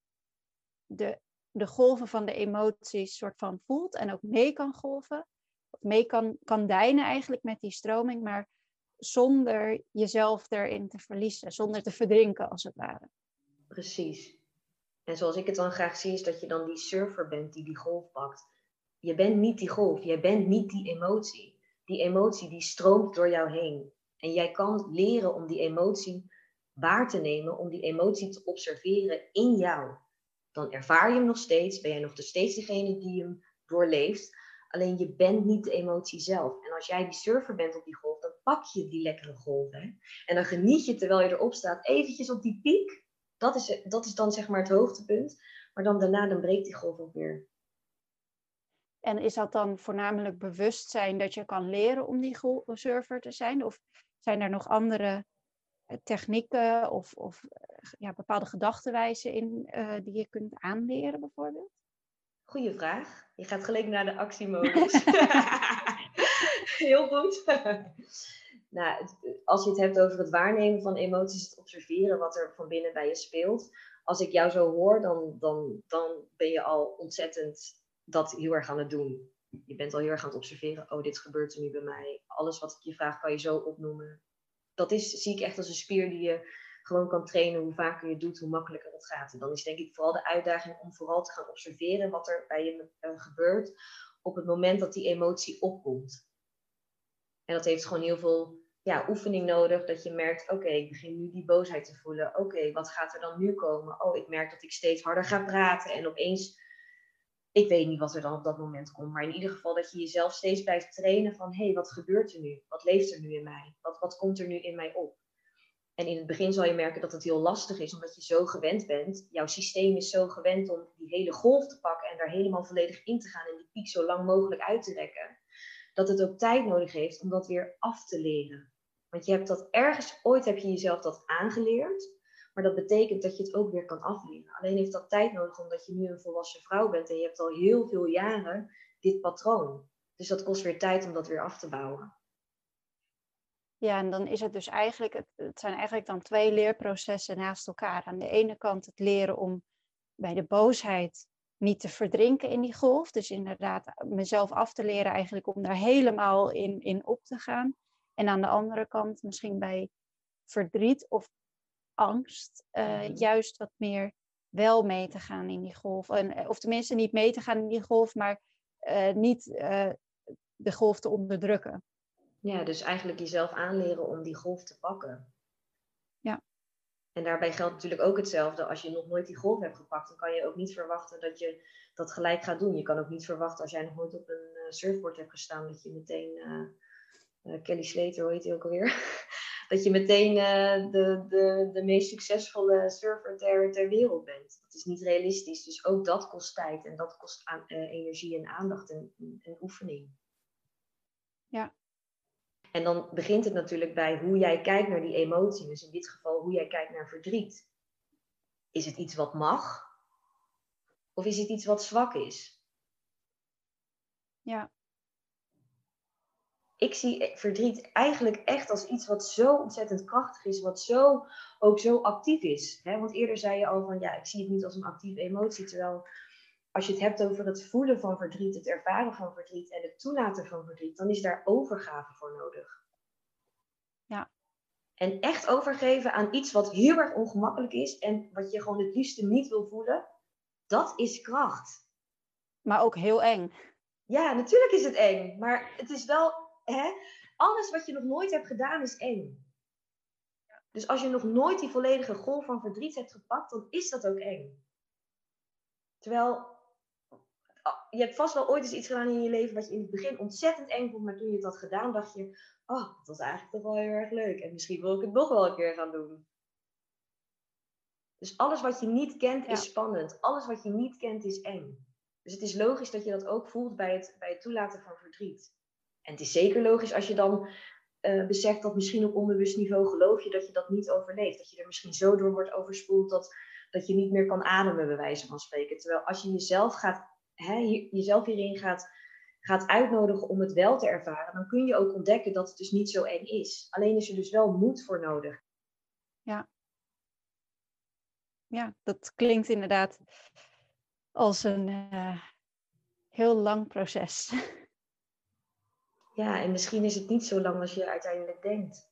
de golven van de emoties soort van voelt en ook mee kan golven. Of mee kan deinen eigenlijk met die stroming, maar zonder jezelf erin te verliezen, zonder te verdrinken als het ware. Precies. En zoals ik het dan graag zie, is dat je dan die surfer bent die golf pakt. Je bent niet die golf, jij bent niet die emotie. Die emotie die stroomt door jou heen. En jij kan leren om die emotie waar te nemen, om die emotie te observeren in jou. Dan ervaar je hem nog steeds, ben jij nog steeds degene die hem doorleeft. Alleen je bent niet de emotie zelf. En als jij die surfer bent op die golf, dan pak je die lekkere golf. Hè? En dan geniet je terwijl je erop staat, eventjes op die piek. Dat is dan zeg maar het hoogtepunt. Maar dan daarna dan breekt die golf ook weer. En is dat dan voornamelijk bewustzijn dat je kan leren om die surfer te zijn? Of zijn er nog andere technieken of bepaalde gedachtenwijzen in die je kunt aanleren bijvoorbeeld? Goeie vraag. Je gaat gelijk naar de actiemodus. Heel goed. Nou, als je het hebt over het waarnemen van emoties, het observeren wat er van binnen bij je speelt. Als ik jou zo hoor, dan ben je al ontzettend dat heel erg aan het doen. Je bent al heel erg aan het observeren. Oh, dit gebeurt er nu bij mij. Alles wat ik je vraag kan je zo opnoemen. Dat zie ik echt als een spier die je gewoon kan trainen. Hoe vaker je het doet, hoe makkelijker het gaat. En dan is denk ik vooral de uitdaging om vooral te gaan observeren wat er bij je gebeurt op het moment dat die emotie opkomt. En dat heeft gewoon heel veel oefening nodig. Dat je merkt, oké, ik begin nu die boosheid te voelen. Oké, wat gaat er dan nu komen? Oh, ik merk dat ik steeds harder ga praten. En opeens, ik weet niet wat er dan op dat moment komt. Maar in ieder geval dat je jezelf steeds blijft trainen van, hé, wat gebeurt er nu? Wat leeft er nu in mij? Wat komt er nu in mij op? En in het begin zal je merken dat het heel lastig is, omdat je zo gewend bent. Jouw systeem is zo gewend om die hele golf te pakken en daar helemaal volledig in te gaan en die piek zo lang mogelijk uit te rekken. Dat het ook tijd nodig heeft om dat weer af te leren. Want je hebt dat ergens, ooit heb je jezelf dat aangeleerd. Maar dat betekent dat je het ook weer kan afleren. Alleen heeft dat tijd nodig omdat je nu een volwassen vrouw bent en je hebt al heel veel jaren dit patroon. Dus dat kost weer tijd om dat weer af te bouwen. Ja, en dan is het dus eigenlijk, het zijn eigenlijk dan 2 leerprocessen naast elkaar. Aan de ene kant het leren om bij de boosheid niet te verdrinken in die golf. Dus inderdaad mezelf af te leren eigenlijk om daar helemaal in op te gaan. En aan de andere kant misschien bij verdriet of angst juist wat meer wel mee te gaan in die golf. Of tenminste niet mee te gaan in die golf, maar niet de golf te onderdrukken. Ja, dus eigenlijk jezelf aanleren om die golf te pakken. Ja. En daarbij geldt natuurlijk ook hetzelfde. Als je nog nooit die golf hebt gepakt, dan kan je ook niet verwachten dat je dat gelijk gaat doen. Je kan ook niet verwachten als jij nog nooit op een surfboard hebt gestaan, dat je meteen, Kelly Slater, hoe heet die ook alweer? Dat je meteen de meest succesvolle surfer ter wereld bent. Dat is niet realistisch. Dus ook dat kost tijd en dat kost energie en aandacht en oefening. Ja. En dan begint het natuurlijk bij hoe jij kijkt naar die emotie. Dus in dit geval hoe jij kijkt naar verdriet. Is het iets wat mag? Of is het iets wat zwak is? Ja. Ik zie verdriet eigenlijk echt als iets wat zo ontzettend krachtig is, wat ook zo actief is. Hè? Want eerder zei je al van, ja, ik zie het niet als een actieve emotie. Terwijl als je het hebt over het voelen van verdriet, het ervaren van verdriet en het toelaten van verdriet, dan is daar overgave voor nodig. Ja. En echt overgeven aan iets wat heel erg ongemakkelijk is en wat je gewoon het liefste niet wil voelen, dat is kracht. Maar ook heel eng. Ja, natuurlijk is het eng, maar het is wel, hè, alles wat je nog nooit hebt gedaan is eng. Dus als je nog nooit die volledige golf van verdriet hebt gepakt, dan is dat ook eng. Terwijl, je hebt vast wel ooit eens iets gedaan in je leven wat je in het begin ontzettend eng vond, maar toen je het had gedaan, dacht je, oh, dat was eigenlijk toch wel heel erg leuk. En misschien wil ik het nog wel een keer gaan doen. Dus alles wat je niet kent is spannend. Alles wat je niet kent is eng. Dus het is logisch dat je dat ook voelt bij het toelaten van verdriet. En het is zeker logisch als je dan beseft dat misschien op onbewust niveau geloof je dat je dat niet overleeft. Dat je er misschien zo door wordt overspoeld dat je niet meer kan ademen, bij wijze van spreken. Terwijl als je jezelf hierin gaat uitnodigen om het wel te ervaren, dan kun je ook ontdekken dat het dus niet zo eng is. Alleen is er dus wel moed voor nodig. Ja. Ja, dat klinkt inderdaad als een heel lang proces. Ja, en misschien is het niet zo lang als je uiteindelijk denkt.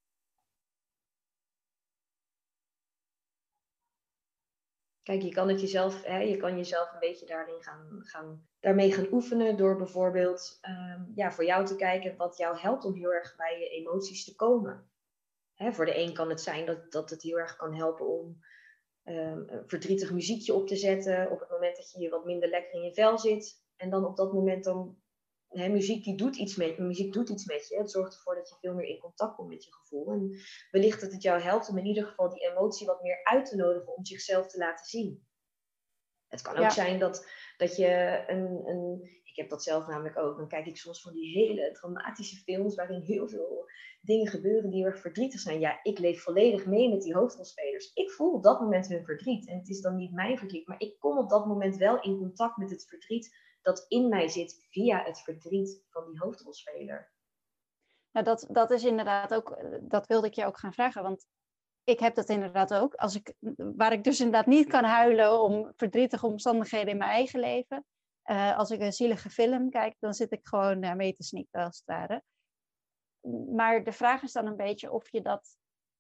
Kijk, je kan jezelf een beetje daarin daarmee gaan oefenen door bijvoorbeeld voor jou te kijken wat jou helpt om heel erg bij je emoties te komen. Voor de een kan het zijn dat het heel erg kan helpen om een verdrietig muziekje op te zetten op het moment dat je wat minder lekker in je vel zit. En dan op dat moment muziek doet iets met je. Het zorgt ervoor dat je veel meer in contact komt met je gevoel. En wellicht dat het jou helpt om in ieder geval die emotie wat meer uit te nodigen om zichzelf te laten zien. Het kan ook zijn dat je ik heb dat zelf namelijk ook. Dan kijk ik soms van die hele dramatische films waarin heel veel dingen gebeuren die heel erg verdrietig zijn. Ja, ik leef volledig mee met die hoofdrolspelers. Ik voel op dat moment hun verdriet. En het is dan niet mijn verdriet, maar ik kom op dat moment wel in contact met het verdriet dat in mij zit via het verdriet van die hoofdrolspeler. Nou, dat is inderdaad ook, dat wilde ik je ook gaan vragen, want ik heb dat inderdaad ook. Waar ik dus inderdaad niet kan huilen om verdrietige omstandigheden in mijn eigen leven. Als ik een zielige film kijk, dan zit ik gewoon mee te snikken als het ware. Maar de vraag is dan een beetje of je dat...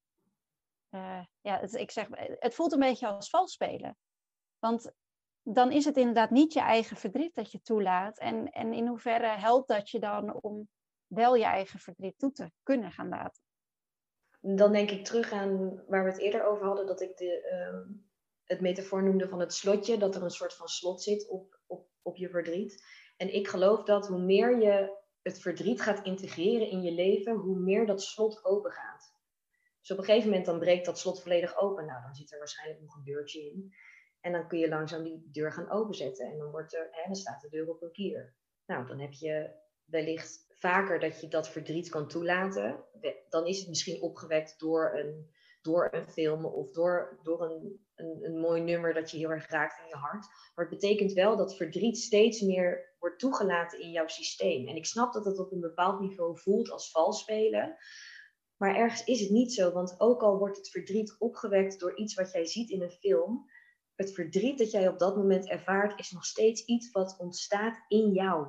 het voelt een beetje als vals spelen. Want dan is het inderdaad niet je eigen verdriet dat je toelaat. En in hoeverre helpt dat je dan om wel je eigen verdriet toe te kunnen gaan laten? Dan denk ik terug aan waar we het eerder over hadden, dat ik het metafoor noemde van het slotje, dat er een soort van slot zit op je verdriet. En ik geloof dat hoe meer je het verdriet gaat integreren in je leven, hoe meer dat slot open gaat. Dus op een gegeven moment dan breekt dat slot volledig open. Nou, dan zit er waarschijnlijk nog een deurtje in. En dan kun je langzaam die deur gaan openzetten. En dan staat de deur op een kier. Nou, dan heb je wellicht vaker dat je dat verdriet kan toelaten. Dan is het misschien opgewekt door een film of door een mooi nummer dat je heel erg raakt in je hart. Maar het betekent wel dat verdriet steeds meer wordt toegelaten in jouw systeem. En ik snap dat het op een bepaald niveau voelt als vals spelen. Maar ergens is het niet zo, want ook al wordt het verdriet opgewekt door iets wat jij ziet in een film, het verdriet dat jij op dat moment ervaart is nog steeds iets wat ontstaat in jou.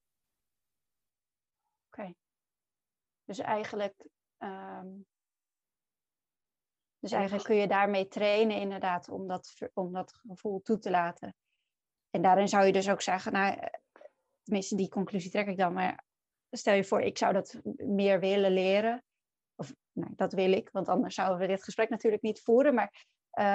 Oké. Dus eigenlijk kun je daarmee trainen inderdaad om dat gevoel toe te laten. En daarin zou je dus ook zeggen, nou, tenminste die conclusie trek ik dan, maar stel je voor ik zou dat meer willen leren. Of nou, dat wil ik, want anders zouden we dit gesprek natuurlijk niet voeren. Maar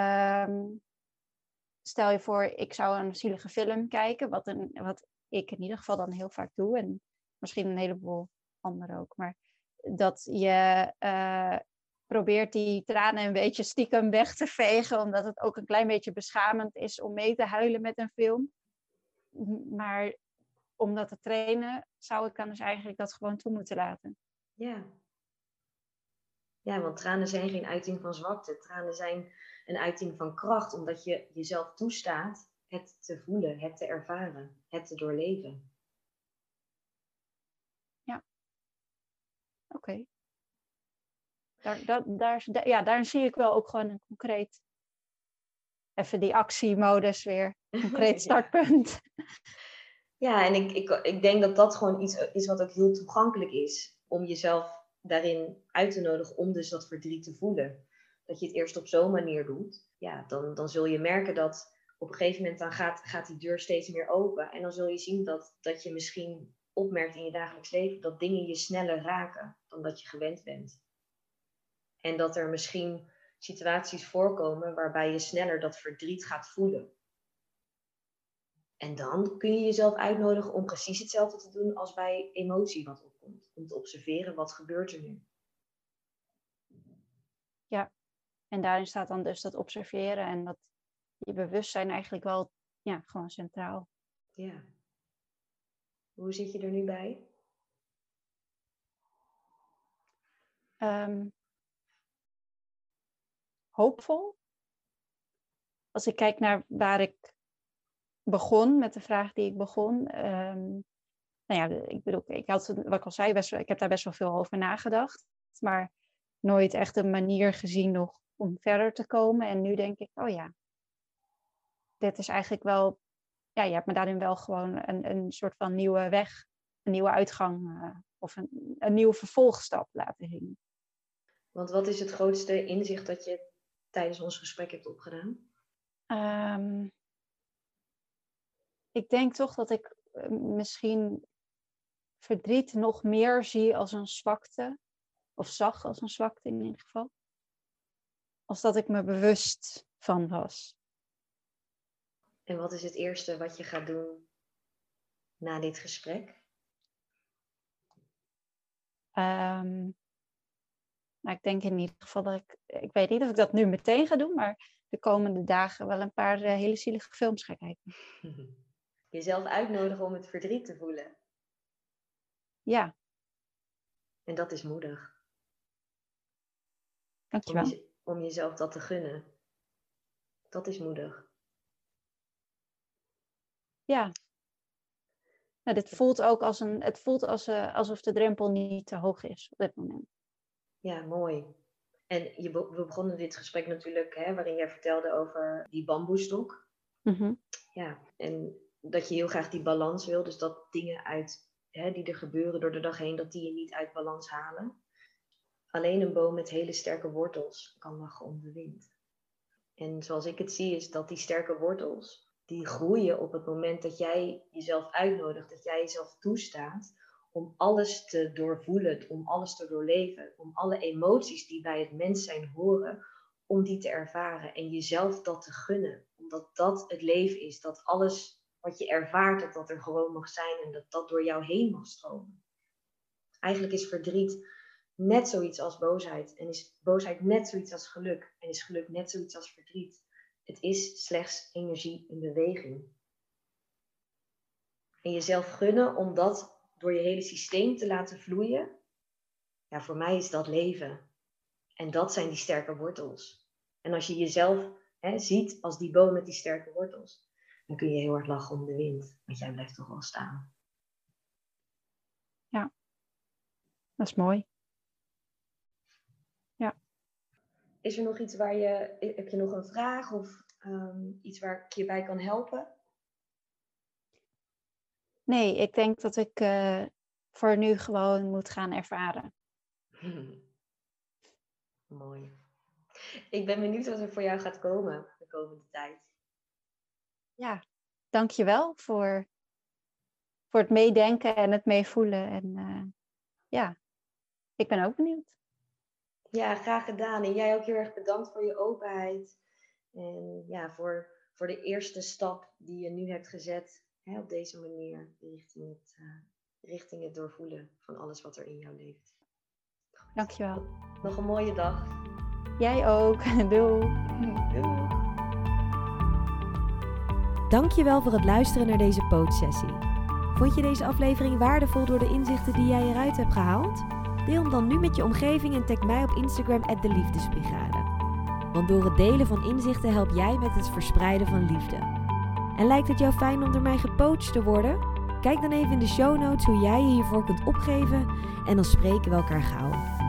stel je voor ik zou een zielige film kijken, wat ik in ieder geval dan heel vaak doe. En misschien een heleboel anderen ook. Maar dat je probeert die tranen een beetje stiekem weg te vegen, omdat het ook een klein beetje beschamend is om mee te huilen met een film. Maar om dat te trainen, zou ik dan dus eigenlijk dat gewoon toe moeten laten. Ja. Ja, want tranen zijn geen uiting van zwakte. Tranen zijn een uiting van kracht, omdat je jezelf toestaat het te voelen, het te ervaren, het te doorleven. Oké. Daar zie ik wel ook gewoon een concreet, even die actiemodus weer, concreet startpunt. Ja, en ik denk dat dat gewoon iets is wat ook heel toegankelijk is. Om jezelf daarin uit te nodigen om dus dat verdriet te voelen. Dat je het eerst op zo'n manier doet. Ja, dan zul je merken dat op een gegeven moment dan gaat die deur steeds meer open. En dan zul je zien dat je misschien opmerkt in je dagelijks leven dat dingen je sneller raken dan dat je gewend bent. En dat er misschien situaties voorkomen waarbij je sneller dat verdriet gaat voelen. En dan kun je jezelf uitnodigen om precies hetzelfde te doen als bij emotie wat opkomt. Om te observeren wat gebeurt er nu. Ja, en daarin staat dan dus dat observeren en dat je bewustzijn eigenlijk wel gewoon centraal. Ja. Hoe zit je er nu bij? Hoopvol. Als ik kijk naar waar ik begon, met de vraag die ik begon. Ik bedoel, ik had, wat ik al zei, ik heb daar best wel veel over nagedacht. Maar nooit echt een manier gezien nog om verder te komen. En nu denk ik, oh ja, dit is eigenlijk wel, je hebt me daarin wel gewoon een soort van nieuwe weg, een nieuwe uitgang of een nieuwe vervolgstap laten zien. Want wat is het grootste inzicht dat je tijdens ons gesprek hebt opgedaan? Ik denk toch dat ik misschien verdriet nog meer zie als een zwakte. Of zag als een zwakte in ieder geval. Als dat ik me bewust van was. En wat is het eerste wat je gaat doen na dit gesprek? Ik denk in ieder geval dat ik weet niet of ik dat nu meteen ga doen, maar de komende dagen wel een paar hele zielige films ga kijken. Jezelf uitnodigen om het verdriet te voelen. Ja. En dat is moedig. Dankjewel. Om jezelf dat te gunnen. Dat is moedig. Ja. Nou, dit voelt ook als alsof de drempel niet te hoog is op dit moment. Ja, mooi. En we begonnen dit gesprek natuurlijk, waarin jij vertelde over die bamboestok. Mm-hmm. Ja, en dat je heel graag die balans wil. Dus dat dingen die er gebeuren door de dag heen, dat die je niet uit balans halen. Alleen een boom met hele sterke wortels kan lachen om de wind. En zoals ik het zie is dat die sterke wortels, die groeien op het moment dat jij jezelf uitnodigt, dat jij jezelf toestaat om alles te doorvoelen, om alles te doorleven, om alle emoties die bij het mens zijn horen, om die te ervaren en jezelf dat te gunnen. Omdat dat het leven is, dat alles wat je ervaart, dat er gewoon mag zijn en dat door jou heen mag stromen. Eigenlijk is verdriet net zoiets als boosheid en is boosheid net zoiets als geluk en is geluk net zoiets als verdriet. Het is slechts energie in beweging. En jezelf gunnen om dat door je hele systeem te laten vloeien, ja, voor mij is dat leven. En dat zijn die sterke wortels. En als je jezelf ziet als die boom met die sterke wortels, dan kun je heel hard lachen om de wind, want jij blijft toch wel staan. Ja, dat is mooi. Ja. Is er nog iets heb je nog een vraag of iets waar ik je bij kan helpen? Nee, ik denk dat ik voor nu gewoon moet gaan ervaren. Mooi. Ik ben benieuwd wat er voor jou gaat komen de komende tijd. Ja, dankjewel voor het meedenken en het meevoelen. En ik ben ook benieuwd. Ja, graag gedaan. En jij ook heel erg bedankt voor je openheid. En ja, voor de eerste stap die je nu hebt gezet op deze manier richting het doorvoelen van alles wat er in jou leeft. Dankjewel. Nog een mooie dag. Jij ook. Doei. Doei. Dankjewel voor het luisteren naar deze coachsessie. Vond je deze aflevering waardevol door de inzichten die jij eruit hebt gehaald? Deel hem dan nu met je omgeving en tag mij op Instagram @deliefdesbrigade. Want door het delen van inzichten help jij met het verspreiden van liefde. En lijkt het jou fijn om door mij gecoacht te worden? Kijk dan even in de show notes hoe jij je hiervoor kunt opgeven en dan spreken we elkaar gauw.